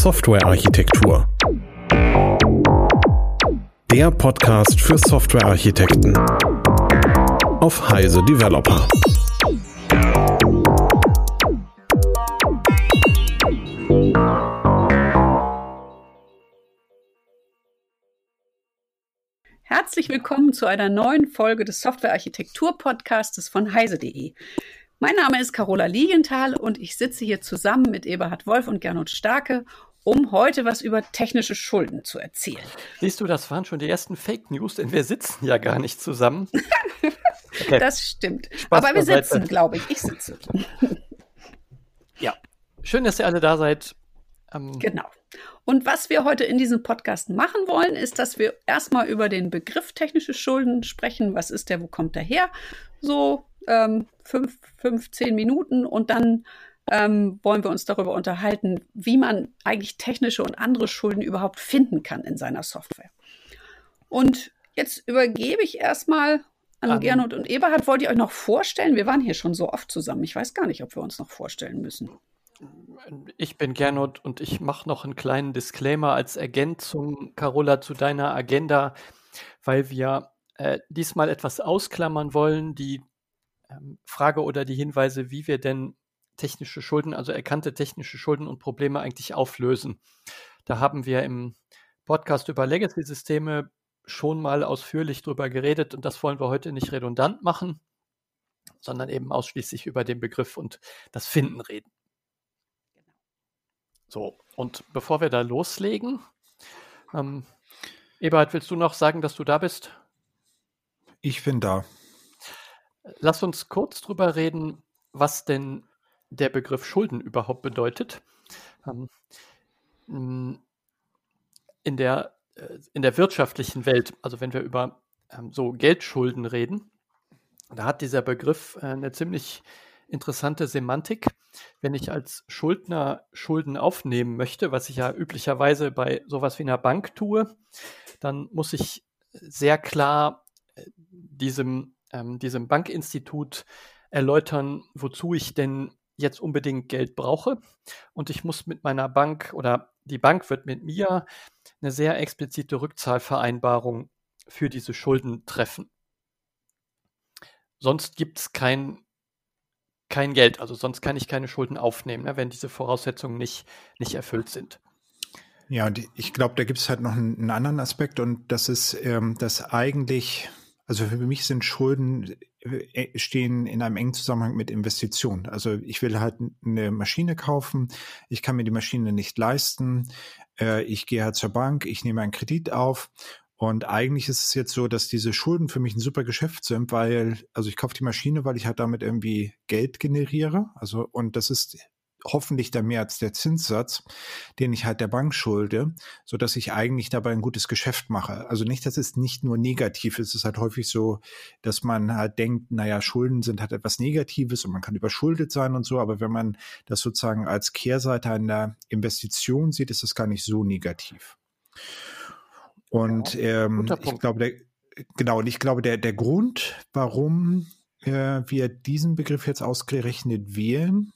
Softwarearchitektur. Der Podcast für Softwarearchitekten auf Heise Developer. Herzlich willkommen zu einer neuen Folge des Softwarearchitektur-Podcastes von heise.de. Mein Name ist Carola Liegenthal und ich sitze hier zusammen mit Eberhard Wolf und Gernot Starke, um heute was über technische Schulden zu erzählen. Siehst du, das waren schon die ersten Fake News, denn wir sitzen ja gar nicht zusammen. Okay. Das stimmt. Spaß Aber wir beiseite. sitzen, glaube ich. Ich sitze. Ja, schön, dass ihr alle da seid. Genau. Und was wir heute in diesem Podcast machen wollen, ist, dass wir erstmal über den Begriff technische Schulden sprechen. Was ist der, wo kommt der her? So 15 Minuten und dann wollen wir uns darüber unterhalten, wie man eigentlich technische und andere Schulden überhaupt finden kann in seiner Software. Und jetzt übergebe ich erstmal an Gernot und Eberhard. Wollt ihr euch noch vorstellen? Wir waren hier schon so oft zusammen. Ich weiß gar nicht, ob wir uns noch vorstellen müssen. Ich bin Gernot und ich mache noch einen kleinen Disclaimer als Ergänzung, Carola, zu deiner Agenda, weil wir diesmal etwas ausklammern wollen, die Frage oder die Hinweise, wie wir denn technische Schulden, also erkannte technische Schulden und Probleme eigentlich auflösen. Da haben wir im Podcast über Legacy-Systeme schon mal ausführlich drüber geredet und das wollen wir heute nicht redundant machen, sondern eben ausschließlich über den Begriff und das Finden reden. So, und bevor wir da loslegen, Eberhard, willst du noch sagen, dass du da bist? Ich bin da. Lass uns kurz drüber reden, was denn der Begriff Schulden überhaupt bedeutet. In der wirtschaftlichen Welt, also wenn wir über so Geldschulden reden, da hat dieser Begriff eine ziemlich interessante Semantik. Wenn ich als Schuldner Schulden aufnehmen möchte, was ich ja üblicherweise bei sowas wie einer Bank tue, dann muss ich sehr klar diesem Bankinstitut erläutern, wozu ich denn jetzt unbedingt Geld brauche. Und ich muss mit meiner Bank oder die Bank wird mit mir eine sehr explizite Rückzahlvereinbarung für diese Schulden treffen. Sonst gibt es kein Geld, also sonst kann ich keine Schulden aufnehmen, ne, wenn diese Voraussetzungen nicht erfüllt sind. Ja, und ich glaube, da gibt es halt noch einen anderen Aspekt und das ist, dass eigentlich, also für mich sind Schulden stehen in einem engen Zusammenhang mit Investitionen. Also ich will halt eine Maschine kaufen, ich kann mir die Maschine nicht leisten, ich gehe halt zur Bank, ich nehme einen Kredit auf. Und eigentlich ist es jetzt so, dass diese Schulden für mich ein super Geschäft sind, weil, also ich kaufe die Maschine, weil ich halt damit irgendwie Geld generiere. Also, und das ist hoffentlich dann mehr als der Zinssatz, den ich halt der Bank schulde, so dass ich eigentlich dabei ein gutes Geschäft mache. Also nicht, dass es nicht nur negativ ist. Es ist halt häufig so, dass man halt denkt, naja, Schulden sind halt etwas Negatives und man kann überschuldet sein und so. Aber wenn man das sozusagen als Kehrseite einer Investition sieht, ist das gar nicht so negativ. Und ich glaube, der Grund, warum wir diesen Begriff jetzt ausgerechnet wählen,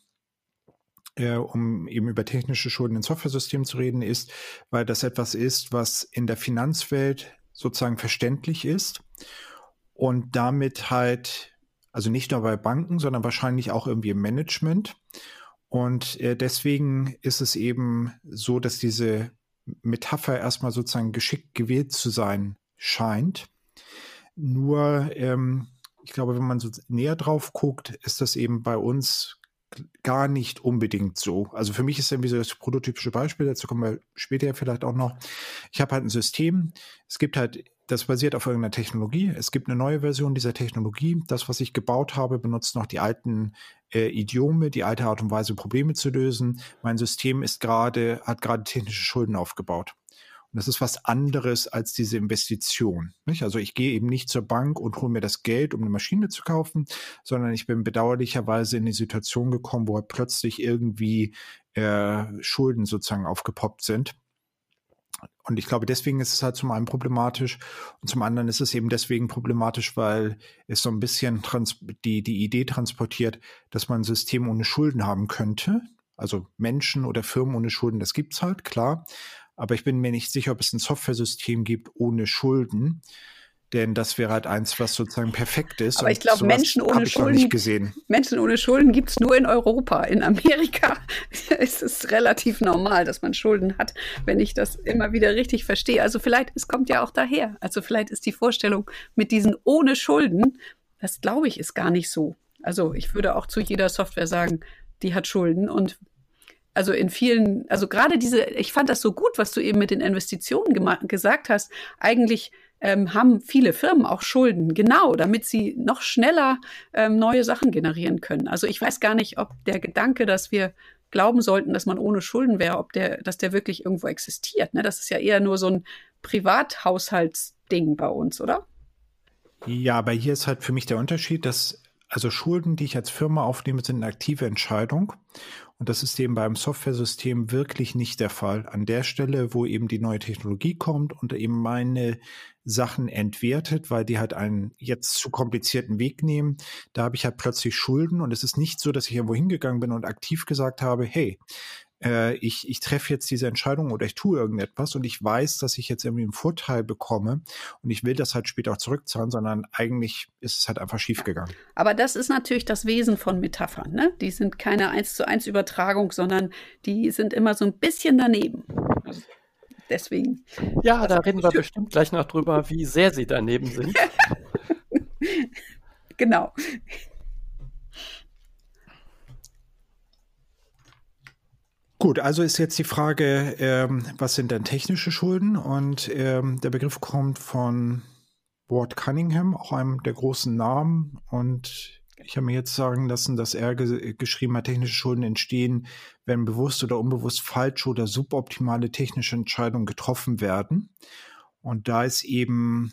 um eben über technische Schulden in Softwaresystemen zu reden, ist, weil das etwas ist, was in der Finanzwelt sozusagen verständlich ist und damit halt, also nicht nur bei Banken, sondern wahrscheinlich auch irgendwie im Management. Und deswegen ist es eben so, dass diese Metapher erstmal sozusagen geschickt gewählt zu sein scheint. Nur, ich glaube, wenn man so näher drauf guckt, ist das eben bei uns gar nicht unbedingt so. Also für mich ist irgendwie so das prototypische Beispiel, dazu kommen wir später vielleicht auch noch. Ich habe halt ein System, es gibt halt, das basiert auf irgendeiner Technologie, es gibt eine neue Version dieser Technologie, das, was ich gebaut habe, benutzt noch die alten Idiome, die alte Art und Weise, Probleme zu lösen. Mein System hat gerade technische Schulden aufgebaut. Und das ist was anderes als diese Investition, nicht? Also ich gehe eben nicht zur Bank und hole mir das Geld, um eine Maschine zu kaufen, sondern ich bin bedauerlicherweise in die Situation gekommen, wo halt plötzlich irgendwie Schulden sozusagen aufgepoppt sind. Und ich glaube, deswegen ist es halt zum einen problematisch und zum anderen ist es eben deswegen problematisch, weil es so ein bisschen die Idee transportiert, dass man ein System ohne Schulden haben könnte. Also Menschen oder Firmen ohne Schulden, das gibt's halt, klar. Aber ich bin mir nicht sicher, ob es ein Softwaresystem gibt ohne Schulden. Denn das wäre halt eins, was sozusagen perfekt ist. Aber ich glaube, Menschen ohne Schulden gibt es nur in Europa. In Amerika ist es relativ normal, dass man Schulden hat, wenn ich das immer wieder richtig verstehe. Also vielleicht, es kommt ja auch daher. Also vielleicht ist die Vorstellung mit diesen ohne Schulden, das glaube ich, ist gar nicht so. Also ich würde auch zu jeder Software sagen, die hat Schulden. Und also in vielen, also gerade ich fand das so gut, was du eben mit den Investitionen gesagt hast. Eigentlich haben viele Firmen auch Schulden, genau, damit sie noch schneller neue Sachen generieren können. Also ich weiß gar nicht, ob der Gedanke, dass wir glauben sollten, dass man ohne Schulden wäre, dass der wirklich irgendwo existiert. Ne? Das ist ja eher nur so ein Privathaushaltsding bei uns, oder? Ja, aber hier ist halt für mich der Unterschied, dass also Schulden, die ich als Firma aufnehme, sind eine aktive Entscheidung. Und das ist eben beim Softwaresystem wirklich nicht der Fall. An der Stelle, wo eben die neue Technologie kommt und eben meine Sachen entwertet, weil die halt einen jetzt zu komplizierten Weg nehmen, da habe ich halt plötzlich Schulden. Und es ist nicht so, dass ich irgendwo hingegangen bin und aktiv gesagt habe, hey, ich treffe jetzt diese Entscheidung oder ich tue irgendetwas und ich weiß, dass ich jetzt irgendwie einen Vorteil bekomme und ich will das halt später auch zurückzahlen, sondern eigentlich ist es halt einfach schiefgegangen. Aber das ist natürlich das Wesen von Metaphern, ne? Die sind keine 1:1 Übertragung, sondern die sind immer so ein bisschen daneben. Deswegen. Ja, da reden wir bestimmt gleich noch drüber, wie sehr sie daneben sind. Genau. Gut, also ist jetzt die Frage, was sind denn technische Schulden? Und der Begriff kommt von Ward Cunningham, auch einem der großen Namen. Und ich habe mir jetzt sagen lassen, dass er geschrieben hat, technische Schulden entstehen, wenn bewusst oder unbewusst falsche oder suboptimale technische Entscheidungen getroffen werden. Und da ist eben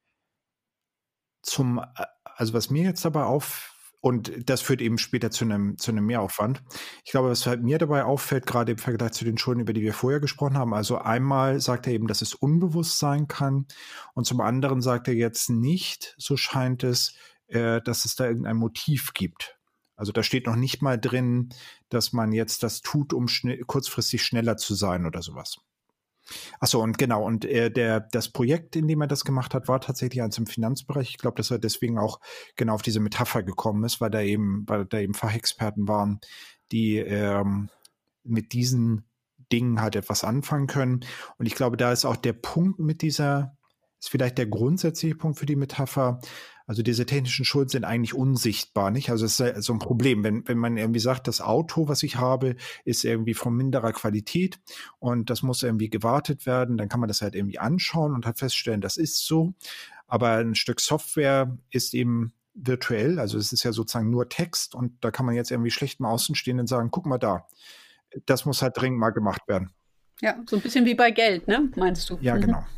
also was mir jetzt dabei und das führt eben später zu einem Mehraufwand. Ich glaube, was halt mir dabei auffällt, gerade im Vergleich zu den Schulden, über die wir vorher gesprochen haben, also einmal sagt er eben, dass es unbewusst sein kann und zum anderen sagt er jetzt nicht, so scheint es, dass es da irgendein Motiv gibt. Also da steht noch nicht mal drin, dass man jetzt das tut, um kurzfristig schneller zu sein oder sowas. Achso, und genau, und das Projekt, in dem er das gemacht hat, war tatsächlich eins im Finanzbereich. Ich glaube, dass er deswegen auch genau auf diese Metapher gekommen ist, weil da eben Fachexperten waren, die mit diesen Dingen halt etwas anfangen können. Und ich glaube, da ist auch der Punkt ist vielleicht der grundsätzliche Punkt für die Metapher. Also diese technischen Schulden sind eigentlich unsichtbar, nicht? Also es ist so ein Problem, wenn man irgendwie sagt, das Auto, was ich habe, ist irgendwie von minderer Qualität und das muss irgendwie gewartet werden, dann kann man das halt irgendwie anschauen und halt feststellen, das ist so. Aber ein Stück Software ist eben virtuell, also es ist ja sozusagen nur Text und da kann man jetzt irgendwie schlecht im Außenstehenden sagen, guck mal da, das muss halt dringend mal gemacht werden. Ja, so ein bisschen wie bei Geld, ne? Meinst du? Ja, genau.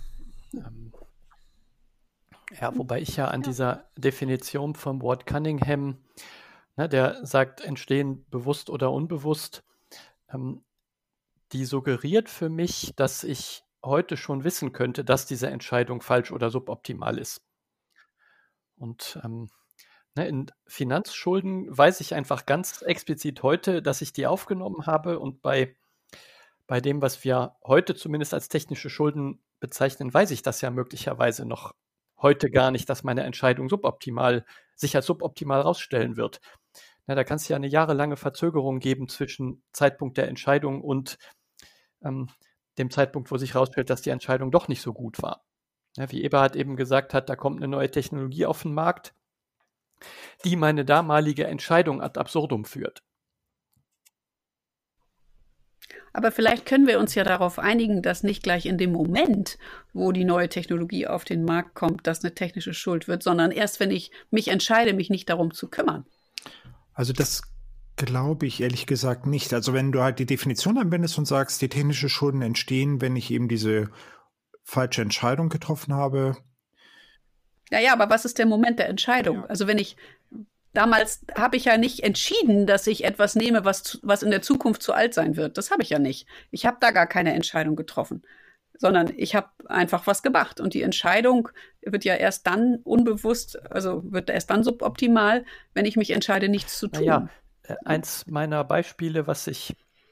Ja, wobei ich ja an dieser Definition von Ward Cunningham, ne, der sagt, entstehen bewusst oder unbewusst, die suggeriert für mich, dass ich heute schon wissen könnte, dass diese Entscheidung falsch oder suboptimal ist. Und in Finanzschulden weiß ich einfach ganz explizit heute, dass ich die aufgenommen habe und bei dem, was wir heute zumindest als technische Schulden bezeichnen, weiß ich das ja möglicherweise noch heute gar nicht, dass meine Entscheidung sich als suboptimal rausstellen wird. Na, da kann es ja eine jahrelange Verzögerung geben zwischen Zeitpunkt der Entscheidung und dem Zeitpunkt, wo sich herausstellt, dass die Entscheidung doch nicht so gut war. Ja, wie Eberhard eben gesagt hat, da kommt eine neue Technologie auf den Markt, die meine damalige Entscheidung ad absurdum führt. Aber vielleicht können wir uns ja darauf einigen, dass nicht gleich in dem Moment, wo die neue Technologie auf den Markt kommt, das eine technische Schuld wird, sondern erst, wenn ich mich entscheide, mich nicht darum zu kümmern. Also das glaube ich ehrlich gesagt nicht. Also wenn du halt die Definition anwendest und sagst, die technische Schulden entstehen, wenn ich eben diese falsche Entscheidung getroffen habe. Ja, aber was ist der Moment der Entscheidung? Ja. Also damals habe ich ja nicht entschieden, dass ich etwas nehme, was in der Zukunft zu alt sein wird. Das habe ich ja nicht. Ich habe da gar keine Entscheidung getroffen, sondern ich habe einfach was gemacht. Und die Entscheidung wird ja erst dann unbewusst, also wird erst dann suboptimal, wenn ich mich entscheide, nichts zu tun. Naja, eins meiner Beispiele, was ich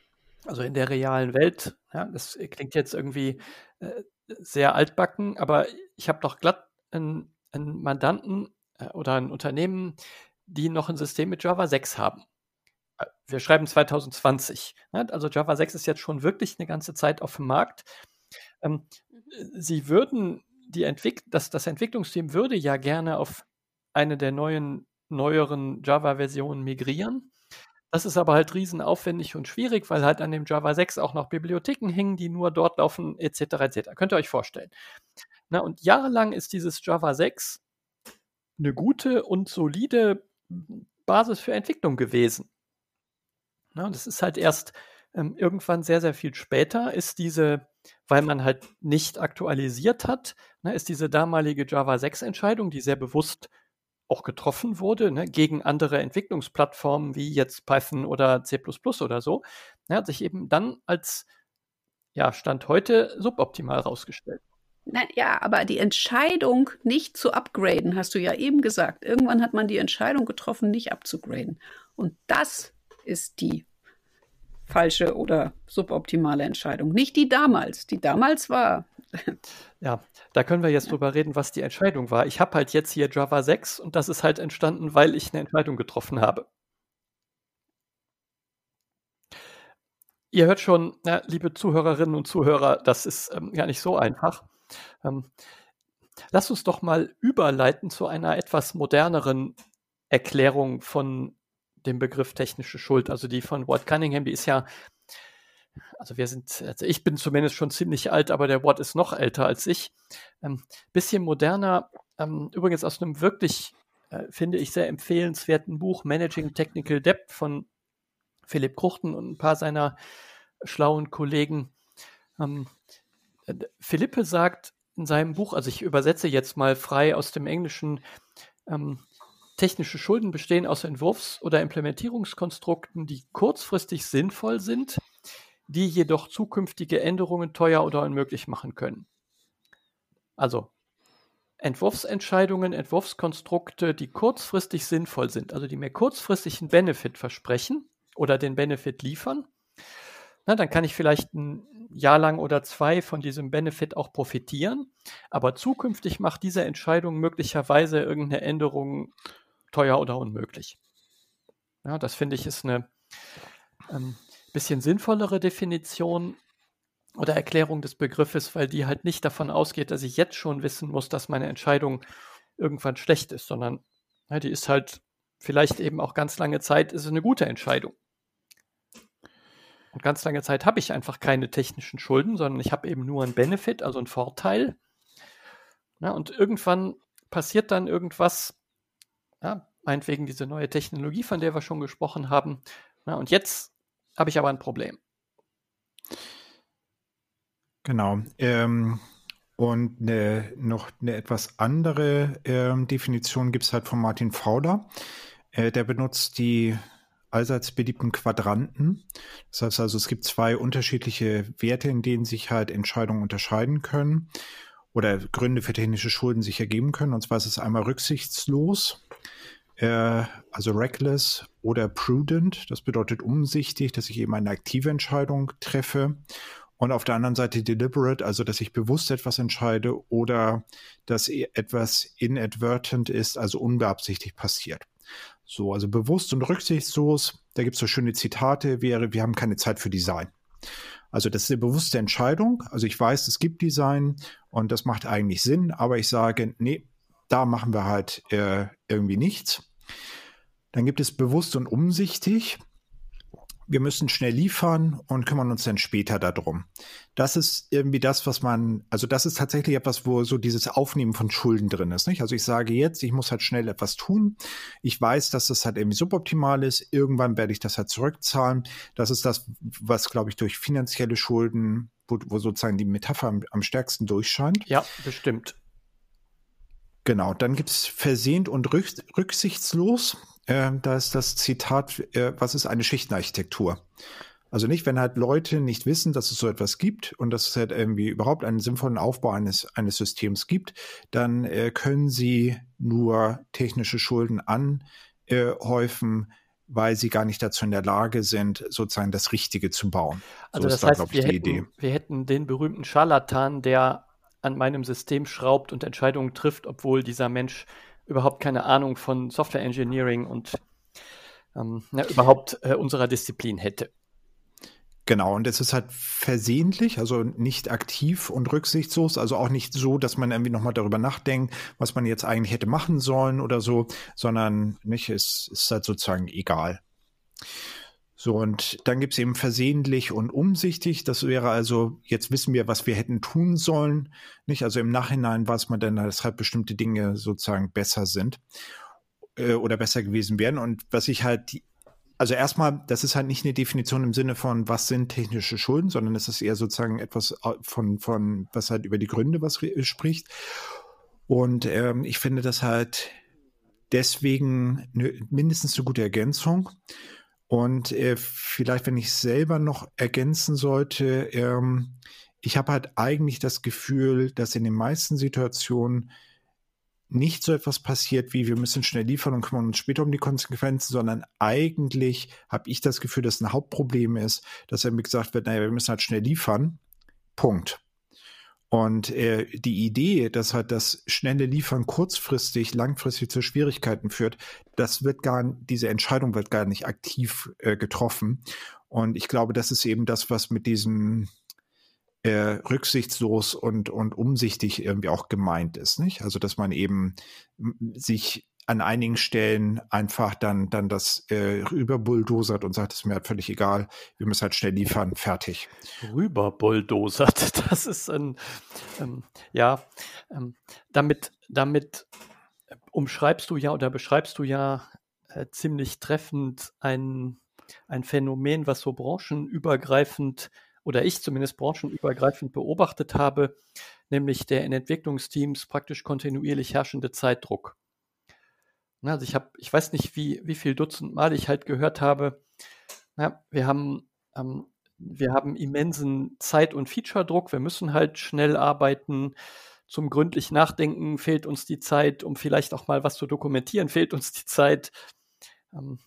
Also in der realen Welt, ja, das klingt jetzt irgendwie sehr altbacken, aber ich habe doch glatt einen Mandanten oder ein Unternehmen, die noch ein System mit Java 6 haben. Wir schreiben 2020. Ne? Also Java 6 ist jetzt schon wirklich eine ganze Zeit auf dem Markt. Sie würden das Entwicklungsteam würde ja gerne auf eine der neueren Java-Versionen migrieren. Das ist aber halt riesenaufwendig und schwierig, weil halt an dem Java 6 auch noch Bibliotheken hängen, die nur dort laufen, etc. etc. Könnt ihr euch vorstellen. Na, und jahrelang ist dieses Java 6 eine gute und solide Basis für Entwicklung gewesen. Na, das ist halt erst irgendwann sehr, sehr viel später weil man halt nicht aktualisiert hat, ist diese damalige Java 6 Entscheidung, die sehr bewusst auch getroffen wurde, gegen andere Entwicklungsplattformen wie jetzt Python oder C++ oder so, hat sich eben dann als Stand heute suboptimal rausgestellt. Nein, ja, aber die Entscheidung, nicht zu upgraden, hast du ja eben gesagt. Irgendwann hat man die Entscheidung getroffen, nicht abzugraden. Und das ist die falsche oder suboptimale Entscheidung. Nicht die damals. Die damals war. Ja, da können wir jetzt drüber reden, was die Entscheidung war. Ich habe halt jetzt hier Java 6 und das ist halt entstanden, weil ich eine Entscheidung getroffen habe. Ihr hört schon, liebe Zuhörerinnen und Zuhörer, das ist ja nicht so einfach. Lasst uns doch mal überleiten zu einer etwas moderneren Erklärung von dem Begriff technische Schuld. Also die von Ward Cunningham, die ist ja, also ich bin zumindest schon ziemlich alt, aber der Ward ist noch älter als ich. Bisschen moderner, übrigens aus einem wirklich, finde ich, sehr empfehlenswerten Buch Managing Technical Debt von Philipp Kruchten und ein paar seiner schlauen Kollegen. Philippe sagt in seinem Buch, also ich übersetze jetzt mal frei aus dem Englischen, technische Schulden bestehen aus Entwurfs- oder Implementierungskonstrukten, die kurzfristig sinnvoll sind, die jedoch zukünftige Änderungen teuer oder unmöglich machen können. Also Entwurfsentscheidungen, Entwurfskonstrukte, die kurzfristig sinnvoll sind, also die mir kurzfristig einen Benefit versprechen oder den Benefit liefern. Dann kann ich vielleicht ein Jahr lang oder 2 von diesem Benefit auch profitieren, aber zukünftig macht diese Entscheidung möglicherweise irgendeine Änderung teuer oder unmöglich. Ja, das finde ich ist eine bisschen sinnvollere Definition oder Erklärung des Begriffes, weil die halt nicht davon ausgeht, dass ich jetzt schon wissen muss, dass meine Entscheidung irgendwann schlecht ist, sondern die ist halt vielleicht eben auch ganz lange Zeit, ist eine gute Entscheidung. Und ganz lange Zeit habe ich einfach keine technischen Schulden, sondern ich habe eben nur einen Benefit, also einen Vorteil. Und irgendwann passiert dann irgendwas, meinetwegen diese neue Technologie, von der wir schon gesprochen haben. Und jetzt habe ich aber ein Problem. Genau. Und noch eine etwas andere Definition gibt es halt von Martin Fowler. Der benutzt die allseits beliebten Quadranten. Das heißt also, es gibt 2 unterschiedliche Werte, in denen sich halt Entscheidungen unterscheiden können oder Gründe für technische Schulden sich ergeben können. Und zwar ist es einmal rücksichtslos, also reckless oder prudent. Das bedeutet umsichtig, dass ich eben eine aktive Entscheidung treffe. Und auf der anderen Seite deliberate, also dass ich bewusst etwas entscheide oder dass etwas inadvertent ist, also unbeabsichtigt passiert. So, also bewusst und rücksichtslos, da gibt es so schöne Zitate, wir haben keine Zeit für Design. Also das ist eine bewusste Entscheidung. Also ich weiß, es gibt Design und das macht eigentlich Sinn, aber ich sage, nee, da machen wir halt irgendwie nichts. Dann gibt es bewusst und umsichtig. Wir müssen schnell liefern und kümmern uns dann später darum. Das ist irgendwie das, also das ist tatsächlich etwas, wo so dieses Aufnehmen von Schulden drin ist, nicht? Also ich sage jetzt, ich muss halt schnell etwas tun. Ich weiß, dass das halt irgendwie suboptimal ist. Irgendwann werde ich das halt zurückzahlen. Das ist das, was, glaube ich, durch finanzielle Schulden, wo sozusagen die Metapher am stärksten durchscheint. Ja, bestimmt. Genau, dann gibt es versehnt und rücksichtslos. Da ist das Zitat, was ist eine Schichtenarchitektur? Also nicht, wenn halt Leute nicht wissen, dass es so etwas gibt und dass es halt irgendwie überhaupt einen sinnvollen Aufbau eines Systems gibt, dann können sie nur technische Schulden anhäufen, weil sie gar nicht dazu in der Lage sind, sozusagen das Richtige zu bauen. Also das heißt, wir hätten den berühmten Scharlatan, der an meinem System schraubt und Entscheidungen trifft, obwohl dieser Mensch überhaupt keine Ahnung von Software Engineering und überhaupt unserer Disziplin hätte. Genau, und es ist halt versehentlich, also nicht aktiv und rücksichtslos, also auch nicht so, dass man irgendwie nochmal darüber nachdenkt, was man jetzt eigentlich hätte machen sollen oder so, sondern nicht, es ist halt sozusagen egal. So, und dann gibt es eben versehentlich und umsichtig. Das wäre also, jetzt wissen wir, was wir hätten tun sollen. Nicht? Also im Nachhinein weiß man dann, dass halt bestimmte Dinge sozusagen besser sind oder besser gewesen wären. Und was ich halt, also erstmal, das ist halt nicht eine Definition im Sinne von, was sind technische Schulden, sondern es ist eher sozusagen etwas von was halt über die Gründe was spricht. Und ich finde das halt deswegen mindestens eine gute Ergänzung. Und vielleicht, wenn ich selber noch ergänzen sollte, ich habe halt eigentlich das Gefühl, dass in den meisten Situationen nicht so etwas passiert wie, wir müssen schnell liefern und kümmern uns später um die Konsequenzen, sondern eigentlich habe ich das Gefühl, dass ein Hauptproblem ist, dass mir gesagt wird, naja, wir müssen halt schnell liefern. Punkt. Und die Idee, dass halt das schnelle Liefern kurzfristig, langfristig zu Schwierigkeiten führt, diese Entscheidung wird gar nicht aktiv getroffen. Und ich glaube, das ist eben das, was mit diesem rücksichtslos und umsichtig irgendwie auch gemeint ist, nicht? Also, dass man eben sich an einigen Stellen einfach dann das rüberbulldozert und sagt, es ist mir halt völlig egal, wir müssen halt schnell liefern, fertig. Rüberbulldozert, das ist damit umschreibst du ja oder beschreibst du ja ziemlich treffend ein Phänomen, was so branchenübergreifend oder ich zumindest branchenübergreifend beobachtet habe, nämlich der in Entwicklungsteams praktisch kontinuierlich herrschende Zeitdruck. Also ich weiß nicht, wie viel Dutzend Mal ich halt gehört habe, wir haben immensen Zeit- und Feature-Druck, wir müssen halt schnell arbeiten, zum gründlich Nachdenken fehlt uns die Zeit, um vielleicht auch mal was zu dokumentieren, fehlt uns die Zeit. Und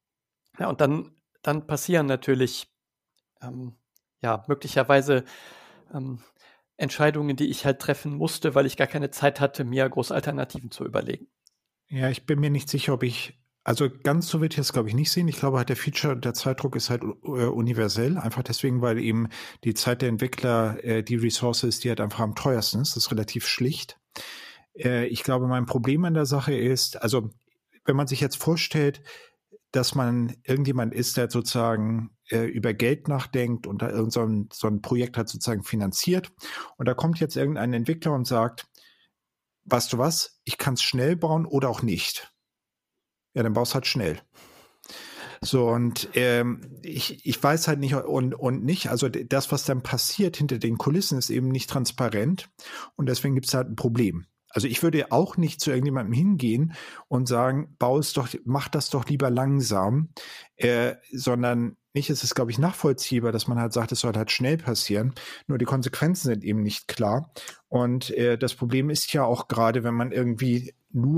dann passieren natürlich möglicherweise Entscheidungen, die ich halt treffen musste, weil ich gar keine Zeit hatte, mir groß Alternativen zu überlegen. Ja, ich bin mir nicht sicher, also ganz so würde ich das, glaube ich, nicht sehen. Ich glaube halt, der Zeitdruck ist halt universell, einfach deswegen, weil eben die Zeit der Entwickler die Ressource ist, die halt einfach am teuersten ist. Das ist relativ schlicht. Ich glaube, mein Problem an der Sache ist, also wenn man sich jetzt vorstellt, dass man irgendjemand ist, der sozusagen über Geld nachdenkt und da irgend so ein Projekt hat sozusagen finanziert und da kommt jetzt irgendein Entwickler und sagt, weißt du was, ich kann es schnell bauen oder auch nicht. Ja, dann baust halt schnell. So, und ich weiß halt nicht und nicht, also das, was dann passiert hinter den Kulissen, ist eben nicht transparent und deswegen gibt es halt ein Problem. Also ich würde auch nicht zu irgendjemandem hingehen und sagen, mach das doch lieber langsam, sondern nicht, es ist, glaube ich, nachvollziehbar, dass man halt sagt, es soll halt schnell passieren, nur die Konsequenzen sind eben nicht klar. Und das Problem ist ja auch gerade, wenn man irgendwie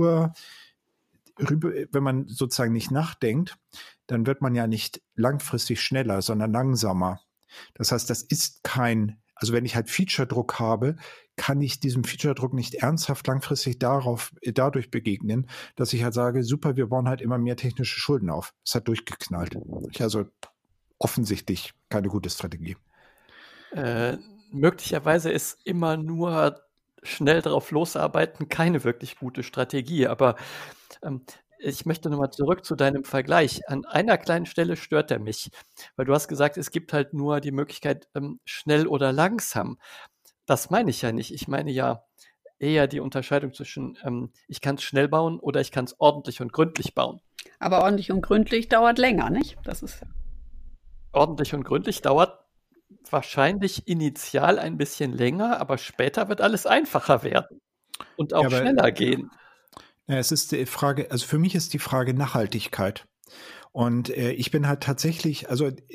wenn man sozusagen nicht nachdenkt, dann wird man ja nicht langfristig schneller, sondern langsamer. Das heißt, also wenn ich halt Feature-Druck habe, kann ich diesem Feature-Druck nicht ernsthaft langfristig dadurch begegnen, dass ich halt sage, super, wir bauen halt immer mehr technische Schulden auf. Es hat durchgeknallt. Also offensichtlich keine gute Strategie. Möglicherweise ist immer nur schnell drauf losarbeiten keine wirklich gute Strategie, aber ich möchte nochmal zurück zu deinem Vergleich. An einer kleinen Stelle stört er mich, weil du hast gesagt, es gibt halt nur die Möglichkeit schnell oder langsam. Das meine ich ja nicht. Ich meine ja eher die Unterscheidung zwischen ich kann es schnell bauen oder ich kann es ordentlich und gründlich bauen. Aber ordentlich und gründlich dauert länger, nicht? Das ist ordentlich und gründlich dauert wahrscheinlich initial ein bisschen länger, aber später wird alles einfacher werden und auch schneller gehen. Ja, es ist die Frage, also für mich ist die Frage Nachhaltigkeit. Und ich bin tatsächlich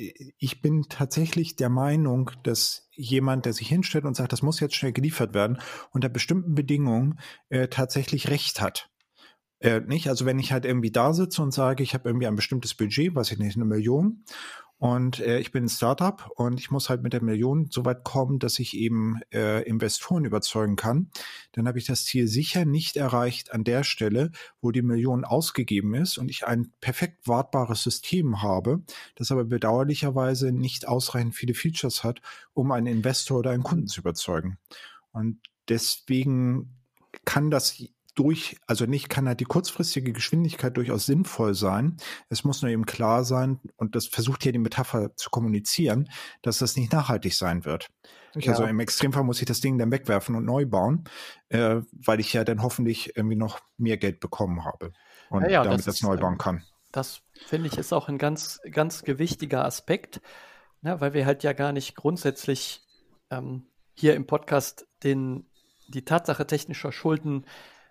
der Meinung, dass jemand, der sich hinstellt und sagt, das muss jetzt schnell geliefert werden, unter bestimmten Bedingungen tatsächlich Recht hat. Nicht? Also wenn ich halt irgendwie da sitze und sage, ich habe irgendwie ein bestimmtes Budget, weiß ich nicht, 1 Million, und ich bin ein Startup und ich muss halt mit der Million so weit kommen, dass ich eben Investoren überzeugen kann, dann habe ich das Ziel sicher nicht erreicht an der Stelle, wo die Million ausgegeben ist und ich ein perfekt wartbares System habe, das aber bedauerlicherweise nicht ausreichend viele Features hat, um einen Investor oder einen Kunden zu überzeugen. Und deswegen kann das kann halt die kurzfristige Geschwindigkeit durchaus sinnvoll sein. Es muss nur eben klar sein, und das versucht hier die Metapher zu kommunizieren, dass das nicht nachhaltig sein wird. Ja. Also im Extremfall muss ich das Ding dann wegwerfen und neu bauen, weil ich ja dann hoffentlich irgendwie noch mehr Geld bekommen habe und damit das neu bauen kann. Das finde ich ist auch ein ganz, ganz gewichtiger Aspekt, weil wir halt ja gar nicht grundsätzlich hier im Podcast die Tatsache technischer Schulden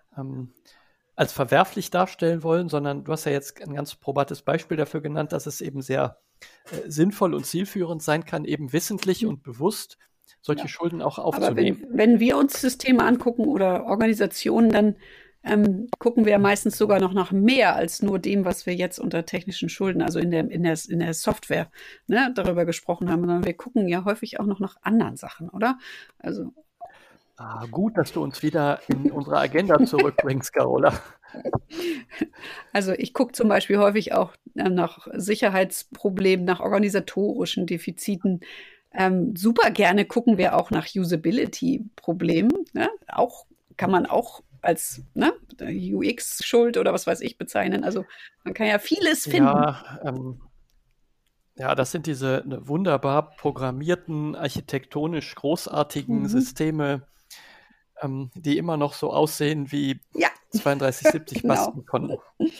als verwerflich darstellen wollen, sondern du hast ja jetzt ein ganz probates Beispiel dafür genannt, dass es eben sehr sinnvoll und zielführend sein kann, eben wissentlich und bewusst solche Schulden auch aufzunehmen. Aber wenn wir uns Systeme angucken oder Organisationen, dann gucken wir ja meistens sogar noch nach mehr als nur dem, was wir jetzt unter technischen Schulden, also in der Software, darüber gesprochen haben, sondern wir gucken ja häufig auch noch nach anderen Sachen, oder? Also gut, dass du uns wieder in unsere Agenda zurückbringst, Carola. Also ich gucke zum Beispiel häufig auch nach Sicherheitsproblemen, nach organisatorischen Defiziten. Super gerne gucken wir auch nach Usability-Problemen. Auch kann man auch als UX-Schuld oder was weiß ich bezeichnen. Also man kann ja vieles finden. Ja, das sind diese wunderbar programmierten, architektonisch großartigen Systeme, die immer noch so aussehen wie 3270 Genau. basteln konnten.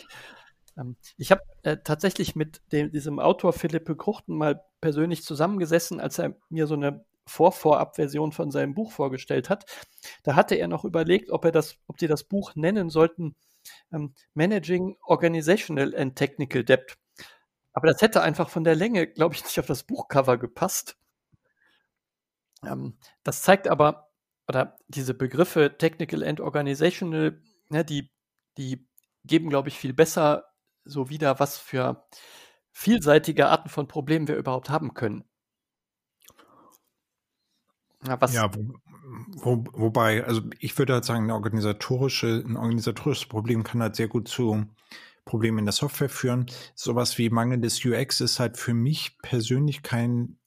Ich habe tatsächlich mit diesem Autor Philippe Kruchten mal persönlich zusammengesessen, als er mir so eine Vorab-Version von seinem Buch vorgestellt hat. Da hatte er noch überlegt, ob die das Buch nennen sollten Managing Organizational and Technical Debt. Aber das hätte einfach von der Länge, glaube ich, nicht auf das Buchcover gepasst. Das zeigt aber, oder diese Begriffe Technical and Organizational, die geben, glaube ich, viel besser so wieder, was für vielseitige Arten von Problemen wir überhaupt haben können. Wobei, also ich würde halt sagen, ein organisatorisches Problem kann halt sehr gut zu Problemen in der Software führen. Sowas wie mangelndes UX ist halt für mich persönlich kein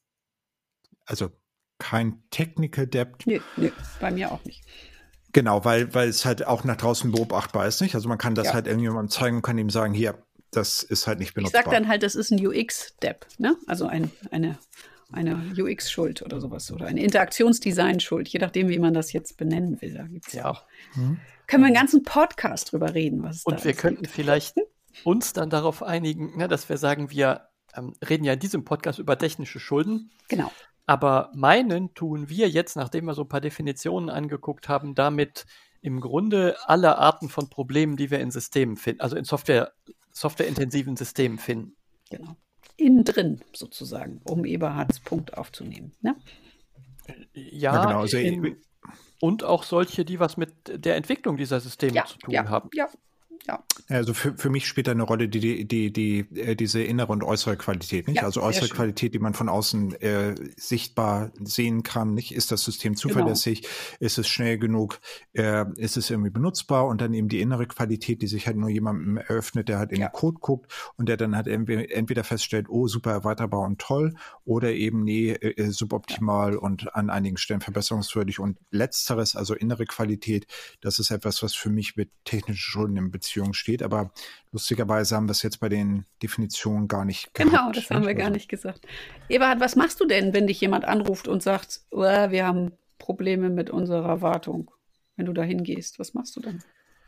Technical Debt. Nee, bei mir auch nicht. Genau, weil es halt auch nach draußen beobachtbar ist, nicht? Also man kann das halt irgendjemandem zeigen und kann ihm sagen, hier, das ist halt nicht benutzbar. Ich sag dann halt, das ist ein UX-Debt, Also eine UX-Schuld oder sowas oder eine Interaktionsdesign-Schuld, je nachdem, wie man das jetzt benennen will. Da gibt's ja auch. Können wir einen ganzen Podcast drüber reden, was und wir könnten vielleicht uns dann darauf einigen, dass wir sagen, wir reden ja in diesem Podcast über technische Schulden. Genau. Aber meinen tun wir jetzt, nachdem wir so ein paar Definitionen angeguckt haben, damit im Grunde alle Arten von Problemen, die wir in Systemen finden, also in softwareintensiven Systemen finden. Genau. Innen drin sozusagen, um Eberhards Punkt aufzunehmen. Ne? Ja, genau. Also und auch solche, die was mit der Entwicklung dieser Systeme zu tun haben. Ja. Also für mich spielt da eine Rolle diese innere und äußere Qualität, nicht? Also äußere Qualität, die man von außen sichtbar sehen kann, nicht? Ist das System zuverlässig? Genau. Ist es schnell genug? Ist es irgendwie benutzbar? Und dann eben die innere Qualität, die sich halt nur jemandem eröffnet, der halt in den Code guckt und der dann halt entweder feststellt, oh, super erweiterbar und toll, oder eben, nee, suboptimal und an einigen Stellen verbesserungswürdig. Und letzteres, also innere Qualität, das ist etwas, was für mich mit technischen Schulden in Beziehung steht, aber lustigerweise haben wir es jetzt bei den Definitionen gar nicht gehabt. Genau, das haben wir gar nicht gesagt. Eberhard, was machst du denn, wenn dich jemand anruft und sagt, wir haben Probleme mit unserer Wartung, wenn du da hingehst? Was machst du dann?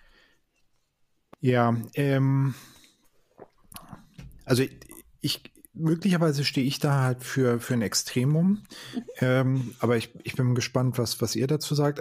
Ja, also möglicherweise stehe ich da halt für ein Extremum, aber ich bin gespannt, was ihr dazu sagt.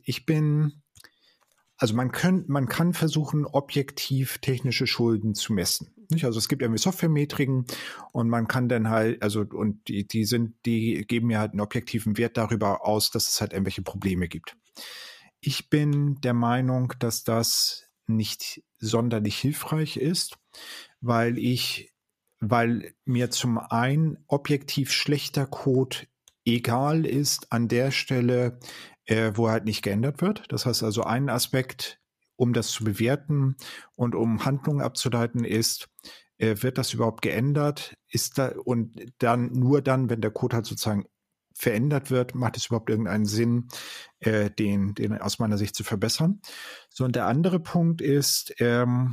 Also man kann versuchen, objektiv technische Schulden zu messen. Nicht? Also es gibt irgendwie Softwaremetriken und man kann dann halt, und die geben mir halt einen objektiven Wert darüber aus, dass es halt irgendwelche Probleme gibt. Ich bin der Meinung, dass das nicht sonderlich hilfreich ist, weil mir zum einen objektiv schlechter Code egal ist an der Stelle, wo er halt nicht geändert wird. Das heißt also, ein Aspekt, um das zu bewerten und um Handlungen abzuleiten, ist, wird das überhaupt geändert? Und dann, nur dann, wenn der Code halt sozusagen verändert wird, macht es überhaupt irgendeinen Sinn, den aus meiner Sicht zu verbessern. So, und der andere Punkt ist, weil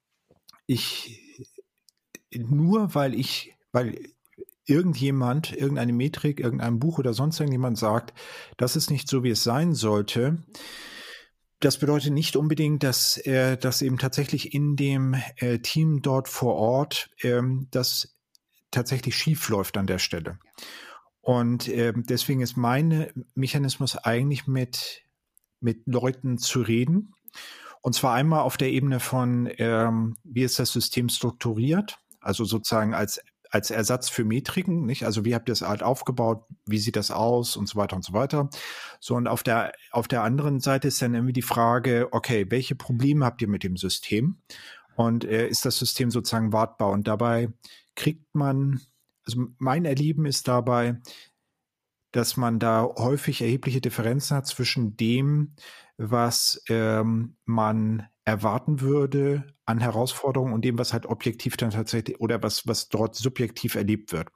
irgendjemand, irgendeine Metrik, irgendein Buch oder sonst irgendjemand sagt, das ist nicht so, wie es sein sollte. Das bedeutet nicht unbedingt, dass eben tatsächlich in dem Team dort vor Ort das tatsächlich schief läuft an der Stelle. Und deswegen ist mein Mechanismus eigentlich mit Leuten zu reden. Und zwar einmal auf der Ebene von, wie ist das System strukturiert? Also sozusagen als Ersatz für Metriken, nicht? Also wie habt ihr es halt aufgebaut? Wie sieht das aus? Und so weiter und so weiter. So, und auf der anderen Seite ist dann irgendwie die Frage, okay, welche Probleme habt ihr mit dem System? Und ist das System sozusagen wartbar? Und dabei kriegt man, also mein Erleben ist dabei, dass man da häufig erhebliche Differenzen hat zwischen dem, was man erwarten würde an Herausforderungen und dem, was halt objektiv dann tatsächlich oder was dort subjektiv erlebt wird.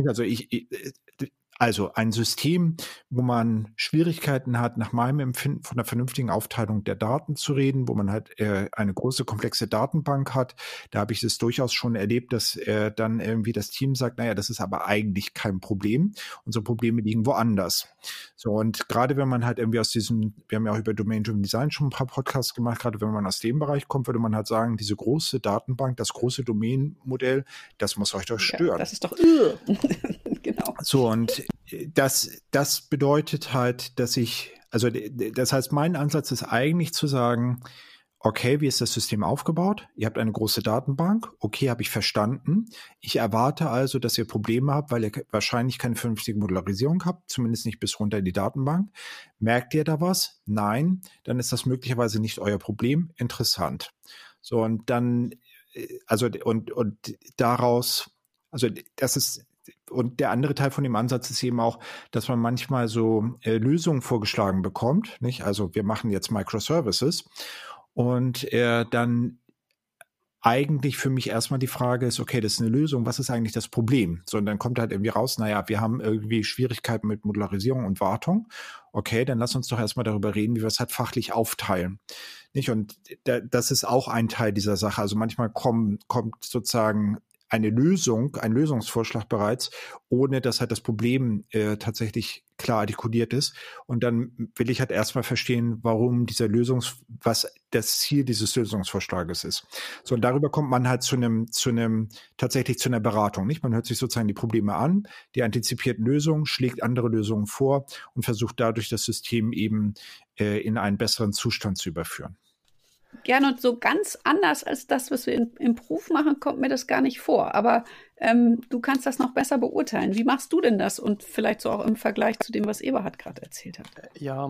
Also ein System, wo man Schwierigkeiten hat, nach meinem Empfinden von einer vernünftigen Aufteilung der Daten zu reden, wo man halt eine große, komplexe Datenbank hat. Da habe ich es durchaus schon erlebt, dass dann irgendwie das Team sagt, naja, das ist aber eigentlich kein Problem. Unsere Probleme liegen woanders. So, und gerade wenn man halt irgendwie wir haben ja auch über Domain-Driven Design schon ein paar Podcasts gemacht, gerade wenn man aus dem Bereich kommt, würde man halt sagen, diese große Datenbank, das große Domain-Modell, das muss euch doch stören. Ja, das ist doch genau. So, und das bedeutet halt, das heißt, mein Ansatz ist eigentlich zu sagen, okay, wie ist das System aufgebaut? Ihr habt eine große Datenbank. Okay, habe ich verstanden. Ich erwarte also, dass ihr Probleme habt, weil ihr wahrscheinlich keine vernünftige Modularisierung habt, zumindest nicht bis runter in die Datenbank. Merkt ihr da was? Nein, dann ist das möglicherweise nicht euer Problem. Interessant. So, und dann, und daraus, also das ist, und der andere Teil von dem Ansatz ist eben auch, dass man manchmal so Lösungen vorgeschlagen bekommt, nicht? Also wir machen jetzt Microservices und dann eigentlich für mich erstmal die Frage ist, okay, das ist eine Lösung, was ist eigentlich das Problem? So, und dann kommt halt irgendwie raus, naja, wir haben irgendwie Schwierigkeiten mit Modularisierung und Wartung. Okay, dann lass uns doch erstmal darüber reden, wie wir es halt fachlich aufteilen. Nicht? Und das ist auch ein Teil dieser Sache. Also manchmal kommt sozusagen ein Lösungsvorschlag bereits, ohne dass halt das Problem tatsächlich klar artikuliert ist. Und dann will ich halt erstmal verstehen, warum was das Ziel dieses Lösungsvorschlages ist. So, und darüber kommt man halt tatsächlich zu einer Beratung, nicht? Man hört sich sozusagen die Probleme an, die antizipiert Lösungen, schlägt andere Lösungen vor und versucht dadurch das System eben in einen besseren Zustand zu überführen. Gerne, und so ganz anders als das, was wir im Beruf machen, kommt mir das gar nicht vor. Aber du kannst das noch besser beurteilen. Wie machst du denn das? Und vielleicht so auch im Vergleich zu dem, was Eberhard gerade erzählt hat. Ja,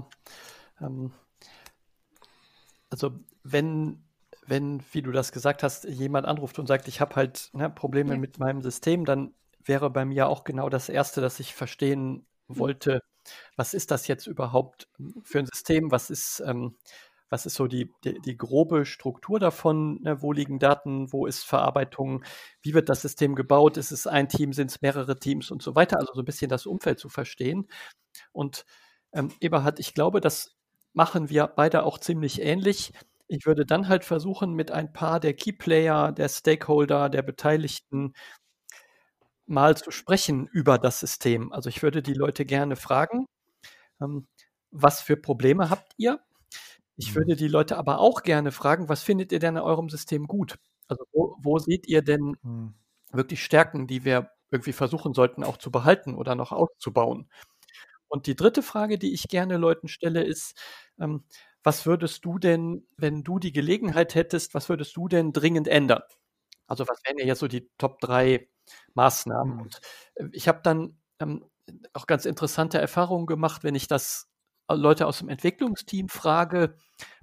also wenn, wie du das gesagt hast, jemand anruft und sagt, ich habe halt Probleme mit meinem System, dann wäre bei mir auch genau das Erste, dass ich verstehen wollte, was ist das jetzt überhaupt für ein System? Was ist so die grobe Struktur davon? Ne? Wo liegen Daten? Wo ist Verarbeitung? Wie wird das System gebaut? Ist es ein Team? Sind es mehrere Teams und so weiter? Also so ein bisschen das Umfeld zu verstehen. Und Eberhard, ich glaube, das machen wir beide auch ziemlich ähnlich. Ich würde dann halt versuchen, mit ein paar der Keyplayer, der Stakeholder, der Beteiligten mal zu sprechen über das System. Also ich würde die Leute gerne fragen, was für Probleme habt ihr? Ich würde die Leute aber auch gerne fragen, was findet ihr denn in eurem System gut? Also wo seht ihr denn wirklich Stärken, die wir irgendwie versuchen sollten auch zu behalten oder noch auszubauen? Und die dritte Frage, die ich gerne Leuten stelle, ist, was würdest du denn, wenn du die Gelegenheit hättest, was würdest du denn dringend ändern? Also was wären ja jetzt so die Top 3 Maßnahmen? Und ich habe dann auch ganz interessante Erfahrungen gemacht, wenn ich das Leute aus dem Entwicklungsteam frage,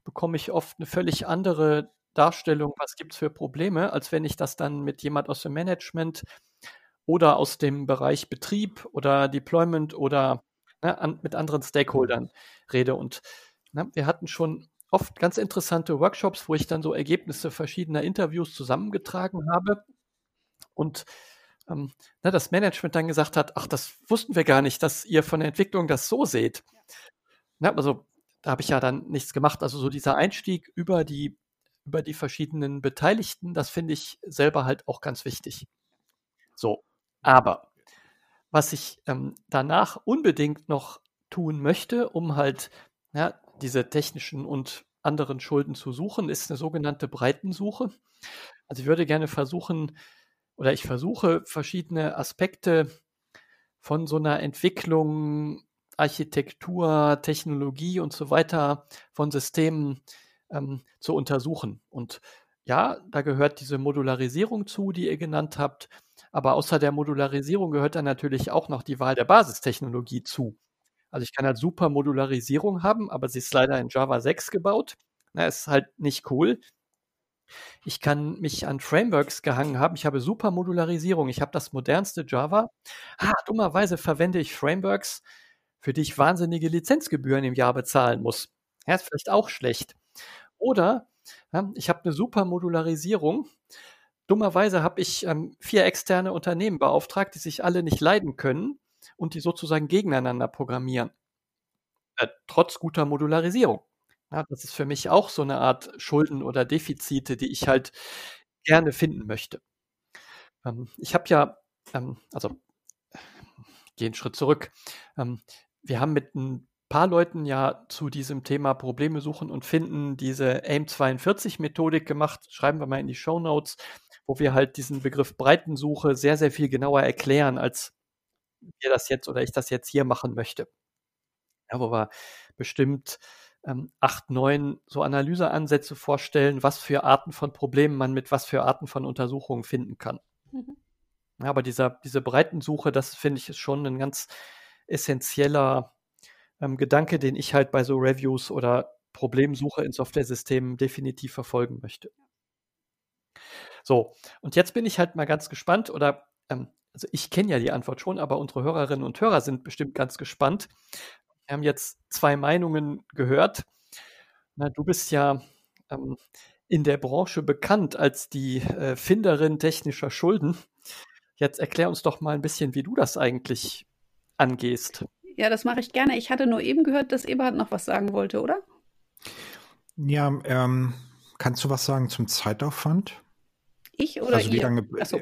bekomme ich oft eine völlig andere Darstellung, was gibt es für Probleme, als wenn ich das dann mit jemand aus dem Management oder aus dem Bereich Betrieb oder Deployment oder mit anderen Stakeholdern rede. Und wir hatten schon oft ganz interessante Workshops, wo ich dann so Ergebnisse verschiedener Interviews zusammengetragen habe und das Management dann gesagt hat, ach, das wussten wir gar nicht, dass ihr von der Entwicklung das so seht. Also da habe ich ja dann nichts gemacht. Also so dieser Einstieg über die verschiedenen Beteiligten, das finde ich selber halt auch ganz wichtig. So, aber was ich danach unbedingt noch tun möchte, um halt diese technischen und anderen Schulden zu suchen, ist eine sogenannte Breitensuche. Also ich würde gerne versuche verschiedene Aspekte von so einer Entwicklung, Architektur, Technologie und so weiter von Systemen zu untersuchen. Und ja, da gehört diese Modularisierung zu, die ihr genannt habt. Aber außer der Modularisierung gehört dann natürlich auch noch die Wahl der Basistechnologie zu. Also ich kann halt super Modularisierung haben, aber sie ist leider in Java 6 gebaut. Ist halt nicht cool. Ich kann mich an Frameworks gehangen haben. Ich habe super Modularisierung. Ich habe das modernste Java. Dummerweise verwende ich Frameworks, für die ich wahnsinnige Lizenzgebühren im Jahr bezahlen muss. Ja, ist vielleicht auch schlecht. Oder ich habe eine super Modularisierung. Dummerweise habe ich 4 externe Unternehmen beauftragt, die sich alle nicht leiden können und die sozusagen gegeneinander programmieren. Trotz guter Modularisierung. Ja, das ist für mich auch so eine Art Schulden oder Defizite, die ich halt gerne finden möchte. Ich habe ja, gehe einen Schritt zurück. Wir haben mit ein paar Leuten ja zu diesem Thema Probleme suchen und finden diese AIM-42-Methodik gemacht, schreiben wir mal in die Shownotes, wo wir halt diesen Begriff Breitensuche sehr, sehr viel genauer erklären, als wir das jetzt oder ich das jetzt hier machen möchte. Ja, wo wir bestimmt 8, 9 so Analyseansätze vorstellen, was für Arten von Problemen man mit was für Arten von Untersuchungen finden kann. Mhm. Ja, aber diese Breitensuche, das finde ich ist schon ein ganz essentieller Gedanke, den ich halt bei so Reviews oder Problemsuche in Software-Systemen definitiv verfolgen möchte. So, und jetzt bin ich halt mal ganz gespannt also ich kenne ja die Antwort schon, aber unsere Hörerinnen und Hörer sind bestimmt ganz gespannt. Wir haben jetzt 2 Meinungen gehört. Du bist ja in der Branche bekannt als die Finderin technischer Schulden. Jetzt erklär uns doch mal ein bisschen, wie du das eigentlich angehst. Ja, das mache ich gerne. Ich hatte nur eben gehört, dass Eberhard noch was sagen wollte, oder? Ja, kannst du was sagen zum Zeitaufwand? Ich oder also wie lange?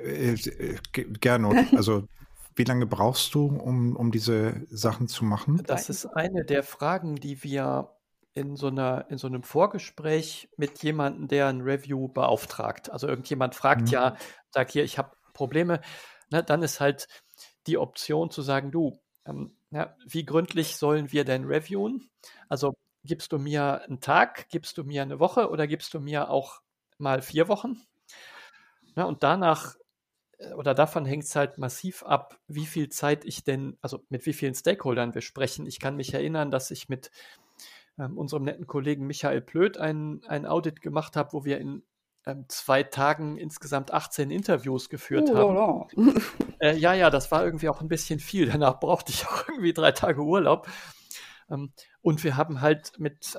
Gerne. Also wie lange brauchst du, um diese Sachen zu machen? Das ist eine der Fragen, die wir in so einem Vorgespräch mit jemandem, der ein Review beauftragt. Also irgendjemand fragt sagt hier, ich habe Probleme. Dann ist halt die Option zu sagen, du, wie gründlich sollen wir denn reviewen? Also gibst du mir einen Tag, gibst du mir eine Woche oder gibst du mir auch mal 4 Wochen? Und danach oder davon hängt es halt massiv ab, wie viel Zeit ich denn, also mit wie vielen Stakeholdern wir sprechen. Ich kann mich erinnern, dass ich mit unserem netten Kollegen Michael Plöth ein Audit gemacht habe, wo wir in 2 Tagen insgesamt 18 Interviews geführt haben. Ja, das war irgendwie auch ein bisschen viel. Danach brauchte ich auch irgendwie 3 Tage Urlaub. Und wir haben halt mit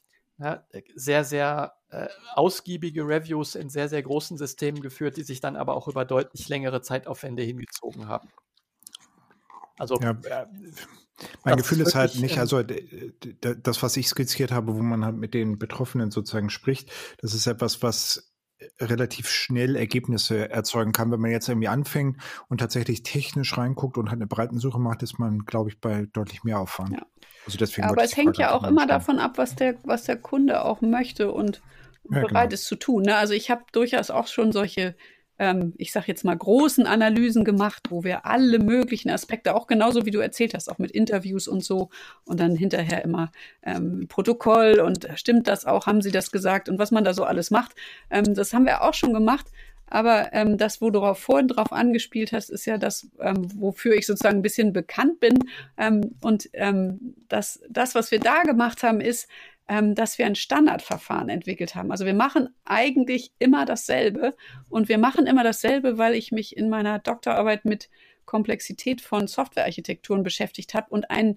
sehr, sehr ausgiebige Reviews in sehr, sehr großen Systemen geführt, die sich dann aber auch über deutlich längere Zeitaufwände hingezogen haben. Also mein Gefühl ist halt nicht, also das, was ich skizziert habe, wo man halt mit den Betroffenen sozusagen spricht, das ist etwas, was relativ schnell Ergebnisse erzeugen kann. Wenn man jetzt irgendwie anfängt und tatsächlich technisch reinguckt und halt eine Breitensuche macht, ist man, glaube ich, bei deutlich mehr Aufwand. Ja. Also deswegen aber es hängt ja auch immer davon ab, was der Kunde auch möchte und bereit ist zu tun. Ne? Also ich habe durchaus auch schon solche, ich sage jetzt mal, großen Analysen gemacht, wo wir alle möglichen Aspekte, auch genauso wie du erzählt hast, auch mit Interviews und so und dann hinterher immer Protokoll und stimmt das auch, haben sie das gesagt und was man da so alles macht. Das haben wir auch schon gemacht. Aber das, wo du vorhin drauf angespielt hast, ist ja das, wofür ich sozusagen ein bisschen bekannt bin. Das, was wir da gemacht haben, ist, dass wir ein Standardverfahren entwickelt haben. Also wir machen eigentlich immer dasselbe und wir machen immer dasselbe, weil ich mich in meiner Doktorarbeit mit Komplexität von Softwarearchitekturen beschäftigt habe und ein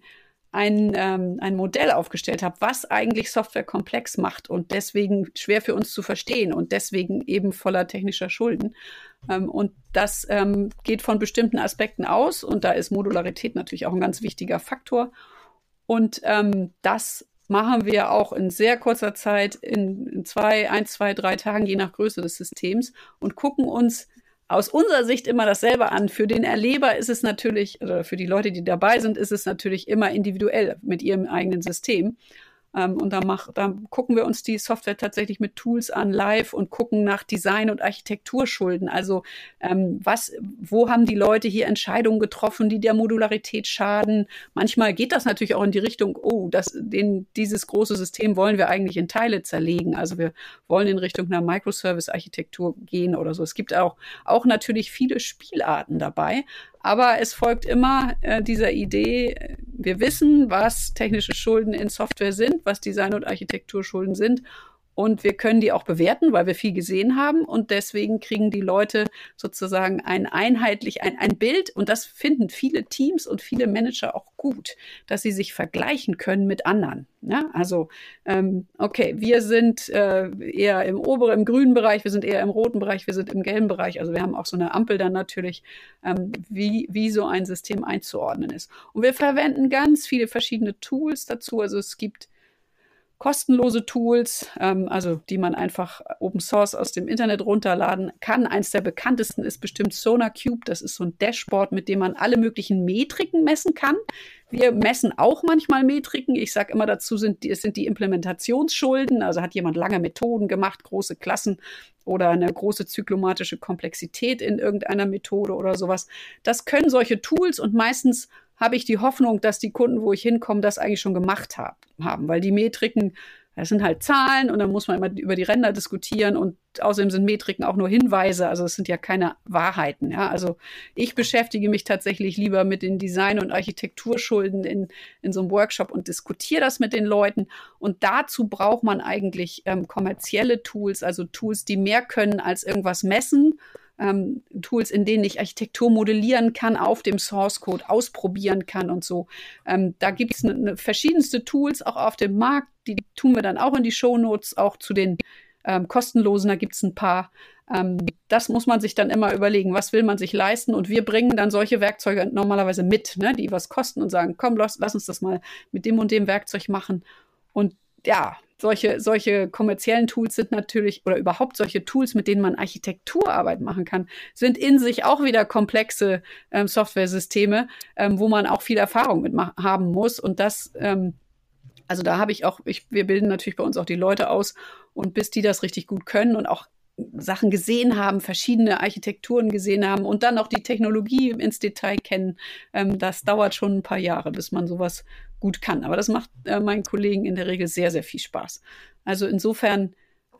Modell aufgestellt habe, was eigentlich Software komplex macht und deswegen schwer für uns zu verstehen und deswegen eben voller technischer Schulden. Und das geht von bestimmten Aspekten aus und da ist Modularität natürlich auch ein ganz wichtiger Faktor. Und das machen wir auch in sehr kurzer Zeit, in 1, 2, 3 Tagen, je nach Größe des Systems und gucken uns aus unserer Sicht immer dasselbe an. Für den Erleber ist es natürlich, oder für die Leute, die dabei sind, ist es natürlich immer individuell mit ihrem eigenen System. Und dann gucken wir uns die Software tatsächlich mit Tools an, live und gucken nach Design- und Architekturschulden. Also wo haben die Leute hier Entscheidungen getroffen, die der Modularität schaden? Manchmal geht das natürlich auch in die Richtung, dieses große System wollen wir eigentlich in Teile zerlegen. Also wir wollen in Richtung einer Microservice-Architektur gehen oder so. Es gibt auch natürlich viele Spielarten dabei. Aber es folgt immer dieser Idee, wir wissen, was technische Schulden in Software sind, was Design- und Architekturschulden sind. Und wir können die auch bewerten, weil wir viel gesehen haben. Und deswegen kriegen die Leute sozusagen ein Bild. Und das finden viele Teams und viele Manager auch gut, dass sie sich vergleichen können mit anderen. Ja? Also, wir sind eher im grünen Bereich, wir sind eher im roten Bereich, wir sind im gelben Bereich. Also wir haben auch so eine Ampel dann natürlich, wie so ein System einzuordnen ist. Und wir verwenden ganz viele verschiedene Tools dazu. Also es gibt kostenlose Tools, also die man einfach Open Source aus dem Internet runterladen kann. Eins der bekanntesten ist bestimmt SonarCube. Das ist so ein Dashboard, mit dem man alle möglichen Metriken messen kann. Wir messen auch manchmal Metriken. Ich sage immer dazu, es sind die Implementationsschulden. Also hat jemand lange Methoden gemacht, große Klassen oder eine große zyklomatische Komplexität in irgendeiner Methode oder sowas. Das können solche Tools und meistens habe ich die Hoffnung, dass die Kunden, wo ich hinkomme, das eigentlich schon gemacht haben. Weil die Metriken, das sind halt Zahlen und dann muss man immer über die Ränder diskutieren und außerdem sind Metriken auch nur Hinweise, also es sind ja keine Wahrheiten. Ja? Also ich beschäftige mich tatsächlich lieber mit den Design- und Architekturschulden in so einem Workshop und diskutiere das mit den Leuten. Und dazu braucht man eigentlich kommerzielle Tools, also Tools, die mehr können als irgendwas messen. Tools, in denen ich Architektur modellieren kann, auf dem Source Code ausprobieren kann und so. Da gibt es verschiedenste Tools auch auf dem Markt, die tun wir dann auch in die Shownotes, auch zu den kostenlosen, da gibt es ein paar. Das muss man sich dann immer überlegen, was will man sich leisten und wir bringen dann solche Werkzeuge normalerweise mit, ne, die was kosten und sagen, komm, lass uns das mal mit dem und dem Werkzeug machen und ja, solche kommerziellen Tools sind natürlich, oder überhaupt solche Tools, mit denen man Architekturarbeit machen kann, sind in sich auch wieder komplexe Softwaresysteme, wo man auch viel Erfahrung mit haben muss. Und das, also da habe wir bilden natürlich bei uns auch die Leute aus und bis die das richtig gut können und auch Sachen gesehen haben, verschiedene Architekturen gesehen haben und dann auch die Technologie ins Detail kennen. Das dauert schon ein paar Jahre, bis man sowas gut kann. Aber das macht meinen Kollegen in der Regel sehr, sehr viel Spaß. Also insofern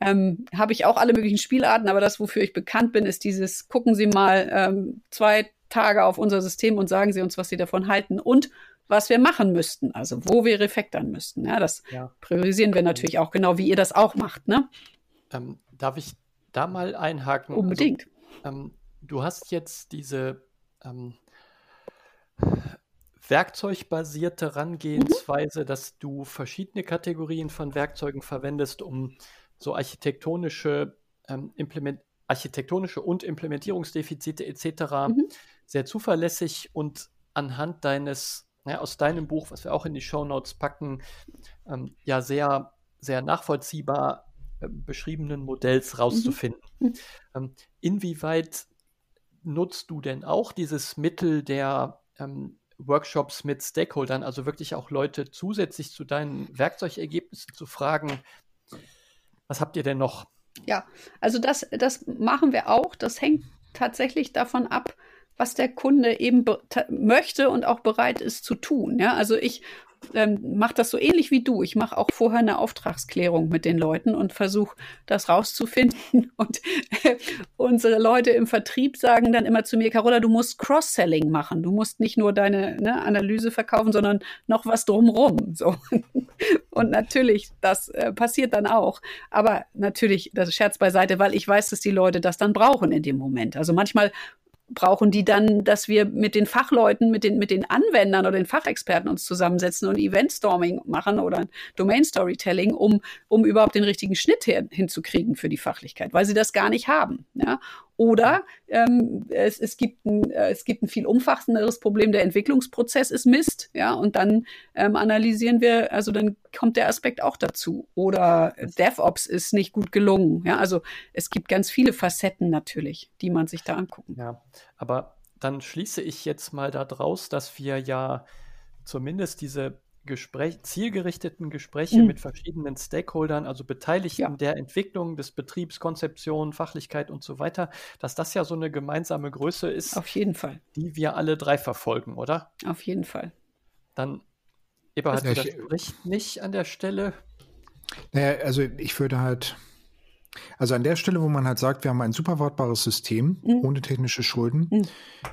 habe ich auch alle möglichen Spielarten, aber das, wofür ich bekannt bin, ist dieses, gucken Sie mal 2 Tage auf unser System und sagen Sie uns, was Sie davon halten und was wir machen müssten, also wo wir refactoren müssten. Ja, das priorisieren wir natürlich auch, genau wie ihr das auch macht. Ne? Darf ich da mal einhaken? Unbedingt. Also, du hast jetzt diese werkzeugbasierte Herangehensweise, dass du verschiedene Kategorien von Werkzeugen verwendest, um so architektonische und Implementierungsdefizite etc. Sehr zuverlässig und anhand aus deinem Buch, was wir auch in die Shownotes packen, sehr, sehr nachvollziehbar beschriebenen Modells rauszufinden. Inwieweit nutzt du denn auch dieses Mittel der Workshops mit Stakeholdern, also wirklich auch Leute zusätzlich zu deinen Werkzeugergebnissen zu fragen, was habt ihr denn noch? Ja, also das machen wir auch. Das hängt tatsächlich davon ab, was der Kunde eben möchte und auch bereit ist zu tun. Ja, also ich mache das so ähnlich wie du. Ich mache auch vorher eine Auftragsklärung mit den Leuten und versuche, das rauszufinden. Und unsere Leute im Vertrieb sagen dann immer zu mir, Carola, du musst Cross-Selling machen. Du musst nicht nur deine Analyse verkaufen, sondern noch was drumrum. So. Und natürlich, das passiert dann auch. Aber natürlich, das ist Scherz beiseite, weil ich weiß, dass die Leute das dann brauchen in dem Moment. Also manchmal brauchen die dann, dass wir mit den Fachleuten, mit den Anwendern oder den Fachexperten uns zusammensetzen und Eventstorming machen oder Domain-Storytelling, um überhaupt den richtigen Schnitt hinzukriegen für die Fachlichkeit, weil sie das gar nicht haben. Ja? Oder es gibt ein viel umfassenderes Problem, der Entwicklungsprozess ist Mist, ja, und dann analysieren wir, also dann kommt der Aspekt auch dazu. Oder DevOps ist nicht gut gelungen, ja, also es gibt ganz viele Facetten natürlich, die man sich da angucken. Ja, aber dann schließe ich jetzt mal daraus, dass wir ja zumindest diese zielgerichteten Gespräche mit verschiedenen Stakeholdern, also Beteiligten der Entwicklung des Betriebs, Konzeption, Fachlichkeit und so weiter, dass das ja so eine gemeinsame Größe ist. Auf jeden Fall. Die wir alle drei verfolgen, oder? Auf jeden Fall. Dann, Eberhard, widerspricht nicht an der Stelle. Naja, also ich würde halt, also an der Stelle, wo man halt sagt, wir haben ein super wartbares System ohne technische Schulden,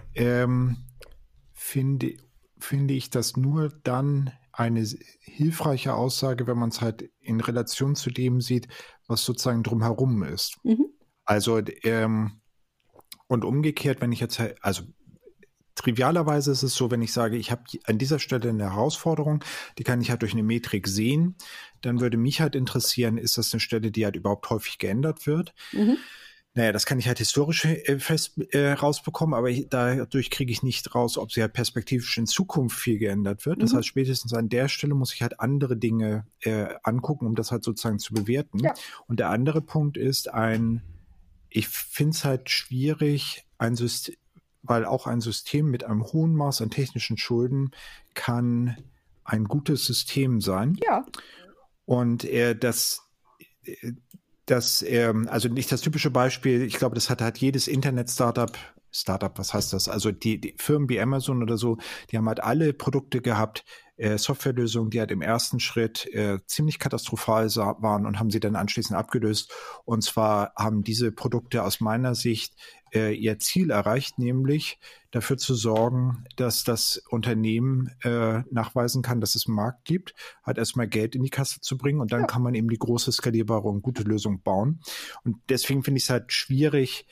finde ich das nur dann eine hilfreiche Aussage, wenn man es halt in Relation zu dem sieht, was sozusagen drumherum ist. Also, und umgekehrt, wenn ich jetzt, also trivialerweise ist es so, wenn ich sage, ich habe an dieser Stelle eine Herausforderung, die kann ich halt durch eine Metrik sehen, dann würde mich halt interessieren, ist das eine Stelle, die halt überhaupt häufig geändert wird? Naja, das kann ich halt historisch rausbekommen, aber dadurch kriege ich nicht raus, ob sie halt perspektivisch in Zukunft viel geändert wird. Das heißt, spätestens an der Stelle muss ich halt andere Dinge angucken, um das halt sozusagen zu bewerten. Ja. Und der andere Punkt ist ich finde es halt schwierig, weil auch ein System mit einem hohen Maß an technischen Schulden kann ein gutes System sein. Ja. Und also nicht das typische Beispiel, ich glaube, das hat halt jedes Internet-Startup, was heißt das? Also die Firmen wie Amazon oder so, die haben halt alle Produkte gehabt, Softwarelösungen, die halt im ersten Schritt ziemlich katastrophal waren und haben sie dann anschließend abgelöst. Und zwar haben diese Produkte aus meiner Sicht ihr Ziel erreicht, nämlich dafür zu sorgen, dass das Unternehmen nachweisen kann, dass es einen Markt gibt, halt erstmal Geld in die Kasse zu bringen und dann kann man eben die große skalierbare und gute Lösung bauen. Und deswegen finde ich es halt schwierig,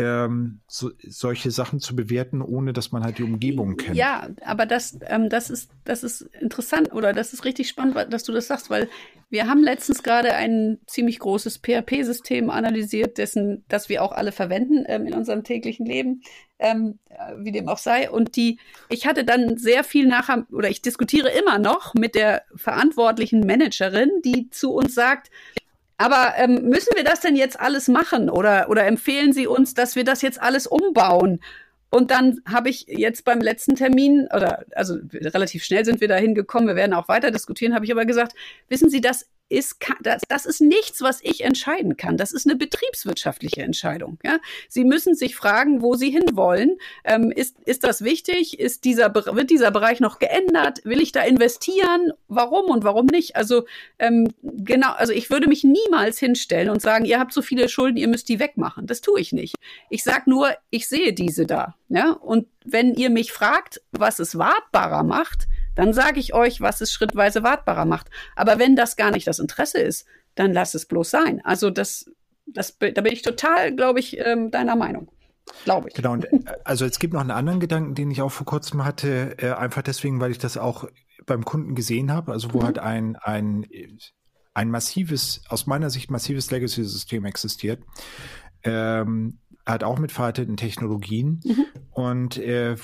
solche Sachen zu bewerten, ohne dass man halt die Umgebung kennt. Ja, aber das ist interessant oder das ist richtig spannend, dass du das sagst, weil wir haben letztens gerade ein ziemlich großes PHP-System analysiert, das wir auch alle verwenden in unserem täglichen Leben, wie dem auch sei. Und ich hatte dann sehr viel ich diskutiere immer noch mit der verantwortlichen Managerin, die zu uns sagt, aber müssen wir das denn jetzt alles machen oder empfehlen Sie uns, dass wir das jetzt alles umbauen? Und dann habe ich jetzt beim letzten Termin, also relativ schnell sind wir da hingekommen, wir werden auch weiter diskutieren, habe ich aber gesagt, wissen Sie, das ist nichts, was ich entscheiden kann. Das ist eine betriebswirtschaftliche Entscheidung. Ja? Sie müssen sich fragen, wo Sie hinwollen. Ist das wichtig? Wird dieser Bereich noch geändert? Will ich da investieren? Warum und warum nicht? Also genau, also ich würde mich niemals hinstellen und sagen, ihr habt so viele Schulden, ihr müsst die wegmachen. Das tue ich nicht. Ich sage nur, ich sehe diese da. Ja? Und wenn ihr mich fragt, was es wartbarer macht, dann sage ich euch, was es schrittweise wartbarer macht. Aber wenn das gar nicht das Interesse ist, dann lass es bloß sein. Also da bin ich total, glaube ich, deiner Meinung. Glaube ich. Genau. Und also es gibt noch einen anderen Gedanken, den ich auch vor kurzem hatte, einfach deswegen, weil ich das auch beim Kunden gesehen habe, also wo halt ein massives, aus meiner Sicht massives Legacy-System existiert, halt auch mit veralteten Technologien und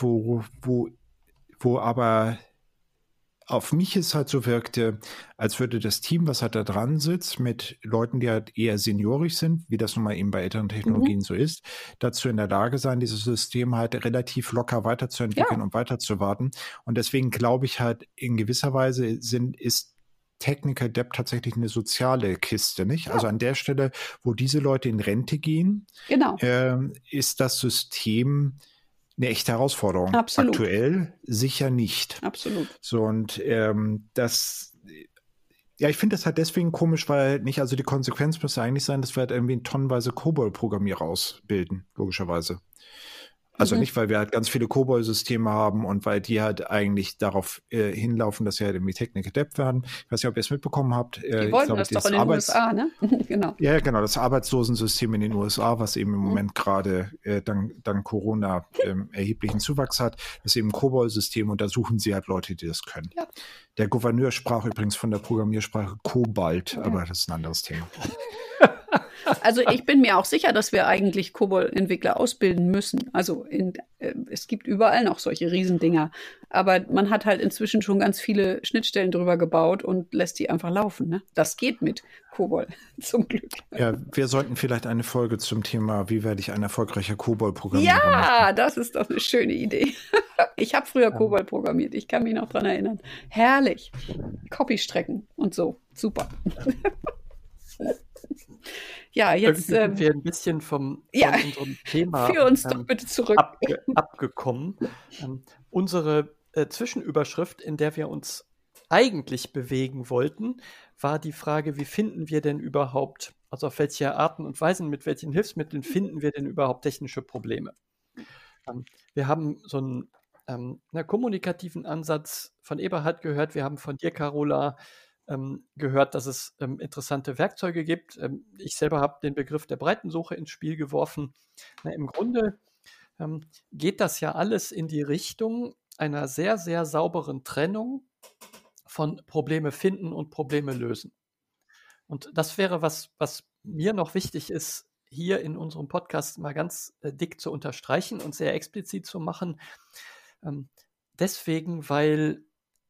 wo aber auf mich es halt so wirkte, als würde das Team, was halt da dran sitzt, mit Leuten, die halt eher seniorisch sind, wie das nun mal eben bei älteren Technologien so ist, dazu in der Lage sein, dieses System halt relativ locker weiterzuentwickeln und weiterzuwarten. Und deswegen glaube ich halt, in gewisser Weise ist Technical Debt tatsächlich eine soziale Kiste, nicht? Ja. Also an der Stelle, wo diese Leute in Rente gehen, ist das System eine echte Herausforderung. Absolut. Aktuell sicher nicht. Absolut. So, und ja, ich finde das halt deswegen komisch, weil nicht, also die Konsequenz müsste eigentlich sein, dass wir halt irgendwie tonnenweise COBOL-Programmierer ausbilden, logischerweise. Also nicht, weil wir halt ganz viele COBOL-Systeme haben und weil die halt eigentlich darauf hinlaufen, dass sie halt irgendwie Technik-Adept werden. Ich weiß nicht, ob ihr es mitbekommen habt. Die wollten das doch in den USA, ne? Genau. Ja, genau, das Arbeitslosensystem in den USA, was eben im Moment gerade dank Corona erheblichen Zuwachs hat, ist eben ein COBOL-System und da suchen sie halt Leute, die das können. Ja. Der Gouverneur sprach übrigens von der Programmiersprache Cobalt, aber das ist ein anderes Thema. Also ich bin mir auch sicher, dass wir eigentlich COBOL-Entwickler ausbilden müssen. Also es gibt überall noch solche Riesendinger. Aber man hat halt inzwischen schon ganz viele Schnittstellen drüber gebaut und lässt die einfach laufen. Ne? Das geht mit COBOL, zum Glück. Ja, wir sollten vielleicht eine Folge zum Thema, wie werde ich ein erfolgreicher COBOL-Programmierer machen. Das ist doch eine schöne Idee. Ich habe früher COBOL programmiert. Ich kann mich noch dran erinnern. Herrlich. Copy-Strecken und so. Super. Ja, jetzt sind wir ein bisschen von unserem Thema führ uns doch bitte zurück. abgekommen. Unsere Zwischenüberschrift, in der wir uns eigentlich bewegen wollten, war die Frage, wie finden wir denn überhaupt, also auf welche Arten und Weisen, mit welchen Hilfsmitteln finden wir denn überhaupt technische Probleme? Wir haben so einen kommunikativen Ansatz von Eberhard gehört, wir haben von dir, Carola, gehört, dass es interessante Werkzeuge gibt. Ich selber habe den Begriff der Breitensuche ins Spiel geworfen. Im Grunde geht das ja alles in die Richtung einer sehr, sehr sauberen Trennung von Probleme finden und Probleme lösen. Und das wäre was mir noch wichtig ist, hier in unserem Podcast mal ganz dick zu unterstreichen und sehr explizit zu machen. Deswegen, weil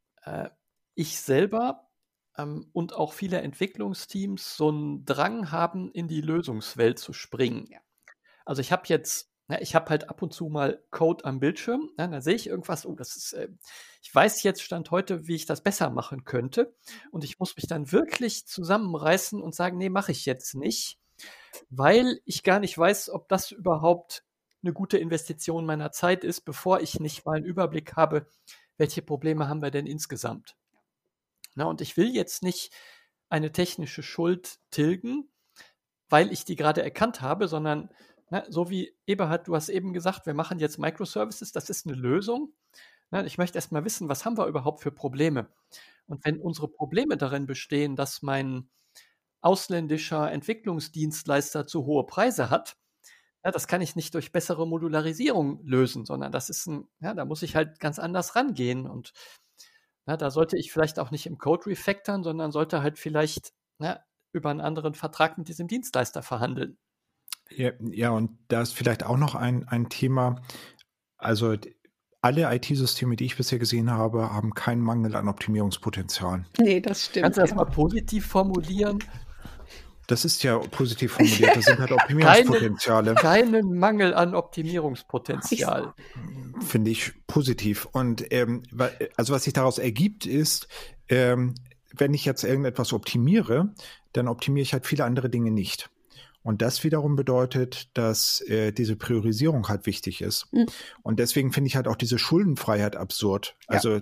ich selber und auch viele Entwicklungsteams so einen Drang haben, in die Lösungswelt zu springen. Ja. Also ich habe halt ab und zu mal Code am Bildschirm, da sehe ich irgendwas, ich weiß jetzt Stand heute, wie ich das besser machen könnte und ich muss mich dann wirklich zusammenreißen und sagen, nee, mache ich jetzt nicht, weil ich gar nicht weiß, ob das überhaupt eine gute Investition meiner Zeit ist, bevor ich nicht mal einen Überblick habe, welche Probleme haben wir denn insgesamt. Und ich will jetzt nicht eine technische Schuld tilgen, weil ich die gerade erkannt habe, sondern so wie Eberhard, du hast eben gesagt, wir machen jetzt Microservices, das ist eine Lösung. Ich möchte erst mal wissen, was haben wir überhaupt für Probleme? Und wenn unsere Probleme darin bestehen, dass mein ausländischer Entwicklungsdienstleister zu hohe Preise hat, das kann ich nicht durch bessere Modularisierung lösen, sondern das ist da muss ich halt ganz anders rangehen und da sollte ich vielleicht auch nicht im Code refactoren, sondern sollte halt vielleicht über einen anderen Vertrag mit diesem Dienstleister verhandeln. Ja, und da ist vielleicht auch noch ein Thema, also alle IT-Systeme, die ich bisher gesehen habe, haben keinen Mangel an Optimierungspotenzial. Nee, das stimmt. Kannst du das mal positiv formulieren? Das ist ja positiv formuliert, das sind halt Optimierungspotenziale. Keinen Mangel an Optimierungspotenzial. Finde ich positiv. Und also was sich daraus ergibt ist, wenn ich jetzt irgendetwas optimiere, dann optimiere ich halt viele andere Dinge nicht. Und das wiederum bedeutet, dass diese Priorisierung halt wichtig ist. Und deswegen finde ich halt auch diese Schuldenfreiheit absurd. Ja. Also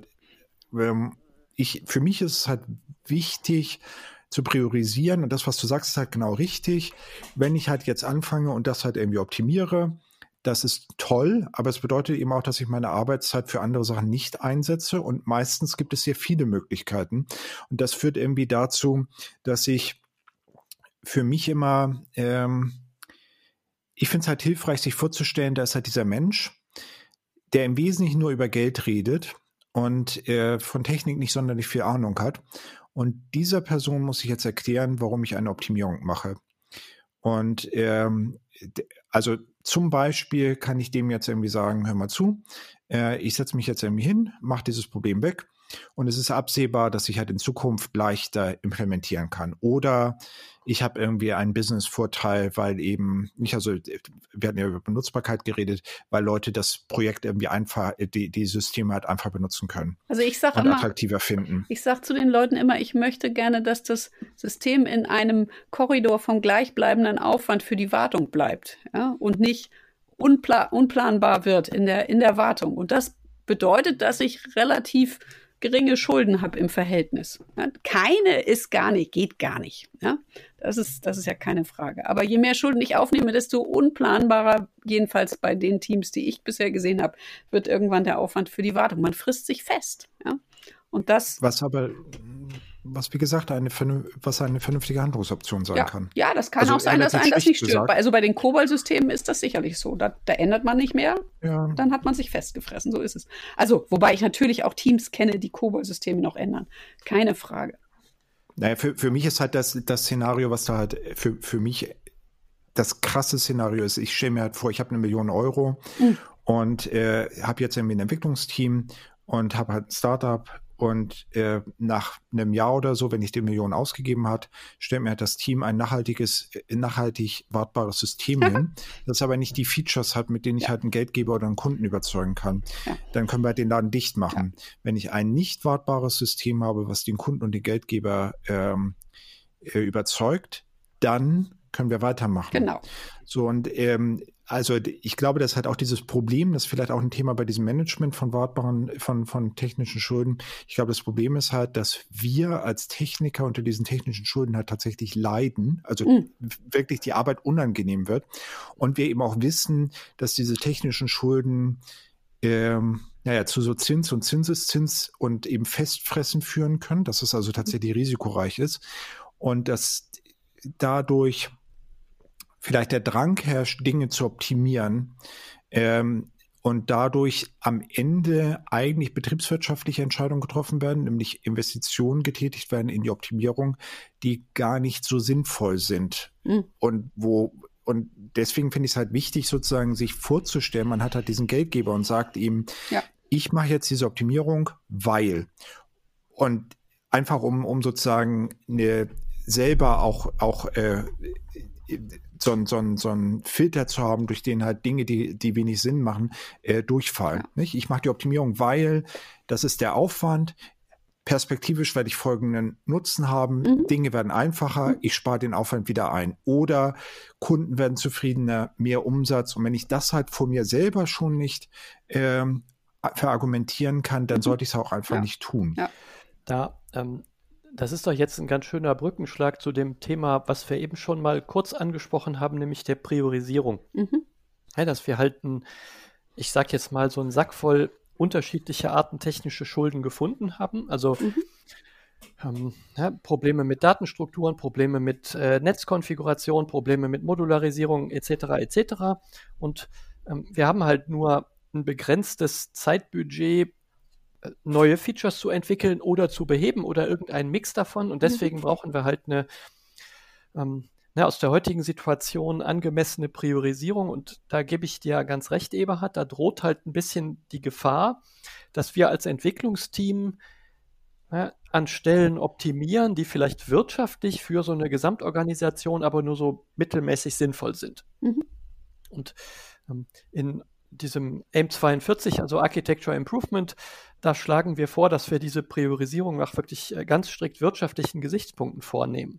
für mich ist es halt wichtig, zu priorisieren und das, was du sagst, ist halt genau richtig. Wenn ich halt jetzt anfange und das halt irgendwie optimiere, das ist toll, aber es bedeutet eben auch, dass ich meine Arbeitszeit für andere Sachen nicht einsetze und meistens gibt es sehr viele Möglichkeiten und das führt irgendwie dazu, dass ich für mich immer, ich finde es halt hilfreich, sich vorzustellen, da ist halt dieser Mensch, der im Wesentlichen nur über Geld redet und von Technik nicht sonderlich viel Ahnung hat. Und dieser Person muss ich jetzt erklären, warum ich eine Optimierung mache. Und also zum Beispiel kann ich dem jetzt irgendwie sagen, hör mal zu, ich setze mich jetzt irgendwie hin, mache dieses Problem weg und es ist absehbar, dass ich halt in Zukunft leichter implementieren kann. Oder ich habe irgendwie einen Business-Vorteil, weil eben nicht, also wir hatten ja über Benutzbarkeit geredet, weil Leute das Projekt irgendwie einfach, die Systeme halt einfach benutzen können. Also ich sage und immer, attraktiver finden. Ich sage zu den Leuten immer, ich möchte gerne, dass das System in einem Korridor vom gleichbleibenden Aufwand für die Wartung bleibt, ja? Und nicht unplanbar wird in der Wartung. Und das bedeutet, dass ich relativ geringe Schulden habe im Verhältnis. Ja, keine geht gar nicht. Ja, das ist ja keine Frage. Aber je mehr Schulden ich aufnehme, desto unplanbarer, jedenfalls bei den Teams, die ich bisher gesehen habe, wird irgendwann der Aufwand für die Wartung. Man frisst sich fest. Ja? Und das. Was wie gesagt, eine vernünftige Handlungsoption sein kann. Ja, das kann auch sein, dass einen das nicht stört. Also bei den COBOL-Systemen ist das sicherlich so. Da ändert man nicht mehr, dann hat man sich festgefressen. So ist es. Also, wobei ich natürlich auch Teams kenne, die COBOL-Systeme noch ändern. Keine Frage. Naja, für mich ist halt das Szenario, was da halt für mich das krasse Szenario ist. Ich stelle mir halt vor, ich habe 1 Million Euro und habe jetzt irgendwie ein Entwicklungsteam und habe halt ein Startup. Und nach einem Jahr oder so, wenn ich die Million ausgegeben habe, stellt mir halt das Team ein nachhaltig wartbares System hin, das aber nicht die Features hat, mit denen ich halt einen Geldgeber oder einen Kunden überzeugen kann. Ja. Dann können wir den Laden dicht machen. Ja. Wenn ich ein nicht wartbares System habe, was den Kunden und den Geldgeber überzeugt, dann können wir weitermachen. Genau. So, und also ich glaube, das hat auch dieses Problem, das ist vielleicht auch ein Thema bei diesem Management von von technischen Schulden. Ich glaube, das Problem ist halt, dass wir als Techniker unter diesen technischen Schulden halt tatsächlich leiden, also wirklich die Arbeit unangenehm wird. Und wir eben auch wissen, dass diese technischen Schulden zu so Zins und Zinseszins und eben Festfressen führen können, dass es also tatsächlich risikoreich ist. Und dass dadurch vielleicht der Drang herrscht, Dinge zu optimieren und dadurch am Ende eigentlich betriebswirtschaftliche Entscheidungen getroffen werden, nämlich Investitionen getätigt werden in die Optimierung, die gar nicht so sinnvoll sind. Und deswegen finde ich es halt wichtig, sozusagen sich vorzustellen, man hat halt diesen Geldgeber und sagt ihm, ich mache jetzt diese Optimierung, weil. Und einfach um sozusagen selber auch so einen Filter zu haben, durch den halt Dinge, die wenig Sinn machen, durchfallen. Ja. Nicht? Ich mache die Optimierung, weil das ist der Aufwand. Perspektivisch werde ich folgenden Nutzen haben. Dinge werden einfacher, ich spare den Aufwand wieder ein. Oder Kunden werden zufriedener, mehr Umsatz. Und wenn ich das halt vor mir selber schon nicht verargumentieren kann, dann sollte ich es auch einfach nicht tun. Ja. Das ist doch jetzt ein ganz schöner Brückenschlag zu dem Thema, was wir eben schon mal kurz angesprochen haben, nämlich der Priorisierung. Ja, dass wir halt ich sag jetzt mal, so einen Sack voll unterschiedliche Arten technische Schulden gefunden haben. Also Probleme mit Datenstrukturen, Probleme mit Netzkonfiguration, Probleme mit Modularisierung etc. Und wir haben halt nur ein begrenztes Zeitbudget, neue Features zu entwickeln oder zu beheben oder irgendeinen Mix davon. Und deswegen brauchen wir halt eine aus der heutigen Situation angemessene Priorisierung. Und da gebe ich dir ganz recht, Eberhard, da droht halt ein bisschen die Gefahr, dass wir als Entwicklungsteam an Stellen optimieren, die vielleicht wirtschaftlich für so eine Gesamtorganisation aber nur so mittelmäßig sinnvoll sind. Und in diesem AIM 42, also Architecture Improvement, da schlagen wir vor, dass wir diese Priorisierung nach wirklich ganz strikt wirtschaftlichen Gesichtspunkten vornehmen.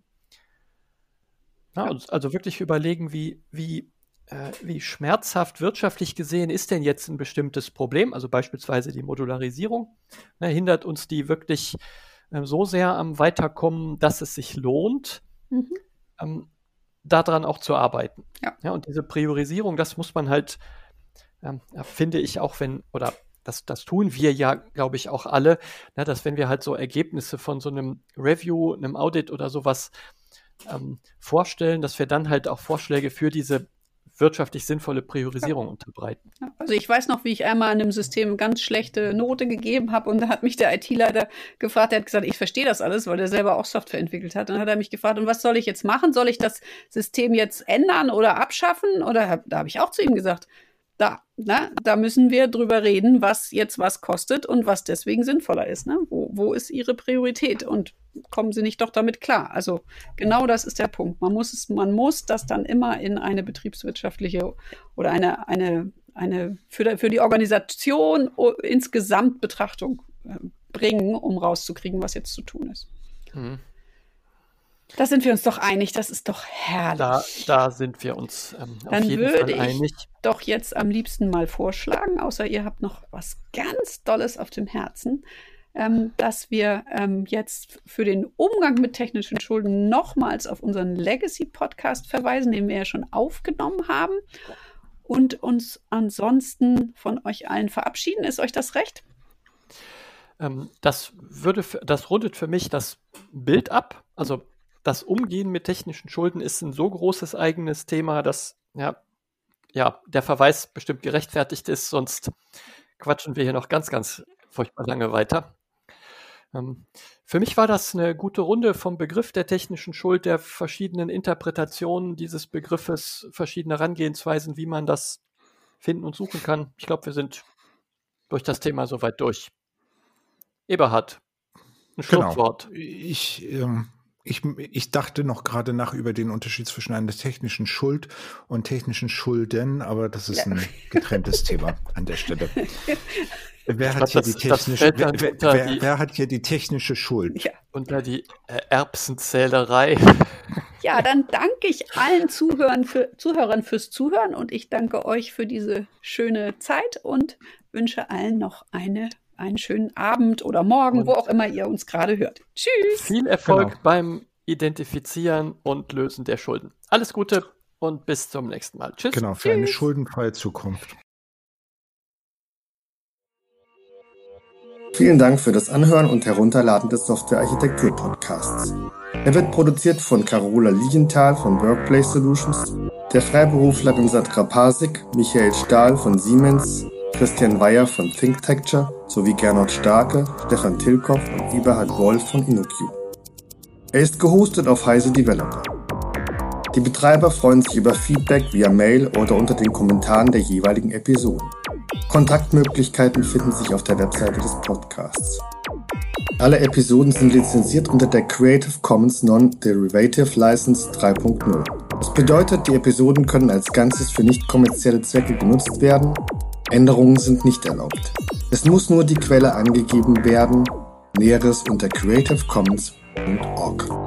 Also wirklich überlegen, wie schmerzhaft wirtschaftlich gesehen ist denn jetzt ein bestimmtes Problem, also beispielsweise die Modularisierung, hindert uns die wirklich so sehr am Weiterkommen, dass es sich lohnt, daran auch zu arbeiten. Ja, und diese Priorisierung, das muss man halt finde ich auch, das tun wir ja, glaube ich, auch alle, dass wenn wir halt so Ergebnisse von so einem Review, einem Audit oder sowas vorstellen, dass wir dann halt auch Vorschläge für diese wirtschaftlich sinnvolle Priorisierung unterbreiten. Also ich weiß noch, wie ich einmal in einem System ganz schlechte Note gegeben habe und da hat mich der IT-Leiter gefragt, der hat gesagt, ich verstehe das alles, weil der selber auch Software entwickelt hat. Dann hat er mich gefragt, und was soll ich jetzt machen? Soll ich das System jetzt ändern oder abschaffen? Oder da habe ich auch zu ihm gesagt, da müssen wir drüber reden, was jetzt was kostet und was deswegen sinnvoller ist. Ne? Wo ist Ihre Priorität? Und kommen Sie nicht doch damit klar? Also genau das ist der Punkt. Man muss das dann immer in eine betriebswirtschaftliche oder eine für die Organisation insgesamt Betrachtung bringen, um rauszukriegen, was jetzt zu tun ist. Da sind wir uns doch einig, das ist doch herrlich. Da sind wir uns auf jeden Fall einig. Doch jetzt am liebsten mal vorschlagen, außer ihr habt noch was ganz Dolles auf dem Herzen, dass wir jetzt für den Umgang mit technischen Schulden nochmals auf unseren Legacy-Podcast verweisen, den wir ja schon aufgenommen haben, und uns ansonsten von euch allen verabschieden. Ist euch das recht? Das rundet für mich das Bild ab. Also das Umgehen mit technischen Schulden ist ein so großes eigenes Thema, dass der Verweis bestimmt gerechtfertigt ist, sonst quatschen wir hier noch ganz, ganz furchtbar lange weiter. Für mich war das eine gute Runde vom Begriff der technischen Schuld, der verschiedenen Interpretationen dieses Begriffes, verschiedene Herangehensweisen, wie man das finden und suchen kann. Ich glaube, wir sind durch das Thema soweit durch. Eberhard, ein Schlusswort. Genau. Ich dachte noch gerade nach über den Unterschied zwischen einer technischen Schuld und technischen Schulden, aber das ist ein getrenntes Thema an der Stelle. Wer hat hier die technische Schuld? Ja. Unter die Erbsenzählerei. Ja, dann danke ich allen Zuhörern fürs Zuhören und ich danke euch für diese schöne Zeit und wünsche allen noch einen schönen Abend oder Morgen, wo auch immer ihr uns gerade hört. Tschüss! Viel Erfolg beim Identifizieren und Lösen der Schulden. Alles Gute und bis zum nächsten Mal. Tschüss! Genau, für eine schuldenfreie Zukunft. Vielen Dank für das Anhören und Herunterladen des Software-Architektur-Podcasts. Er wird produziert von Carola Lienthal von Workplace Solutions, der Freiberuflerin Sandra Pasik, Michael Stahl von Siemens, Christian Weyer von ThinkTecture sowie Gernot Starke, Stefan Tilkoff und Eberhard Wolf von InnoQ. Er ist gehostet auf Heise Developer. Die Betreiber freuen sich über Feedback via Mail oder unter den Kommentaren der jeweiligen Episoden. Kontaktmöglichkeiten finden sich auf der Webseite des Podcasts. Alle Episoden sind lizenziert unter der Creative Commons Non-Derivative License 3.0. Das bedeutet, die Episoden können als Ganzes für nicht kommerzielle Zwecke genutzt werden. Änderungen sind nicht erlaubt. Es muss nur die Quelle angegeben werden. Näheres unter creativecommons.org.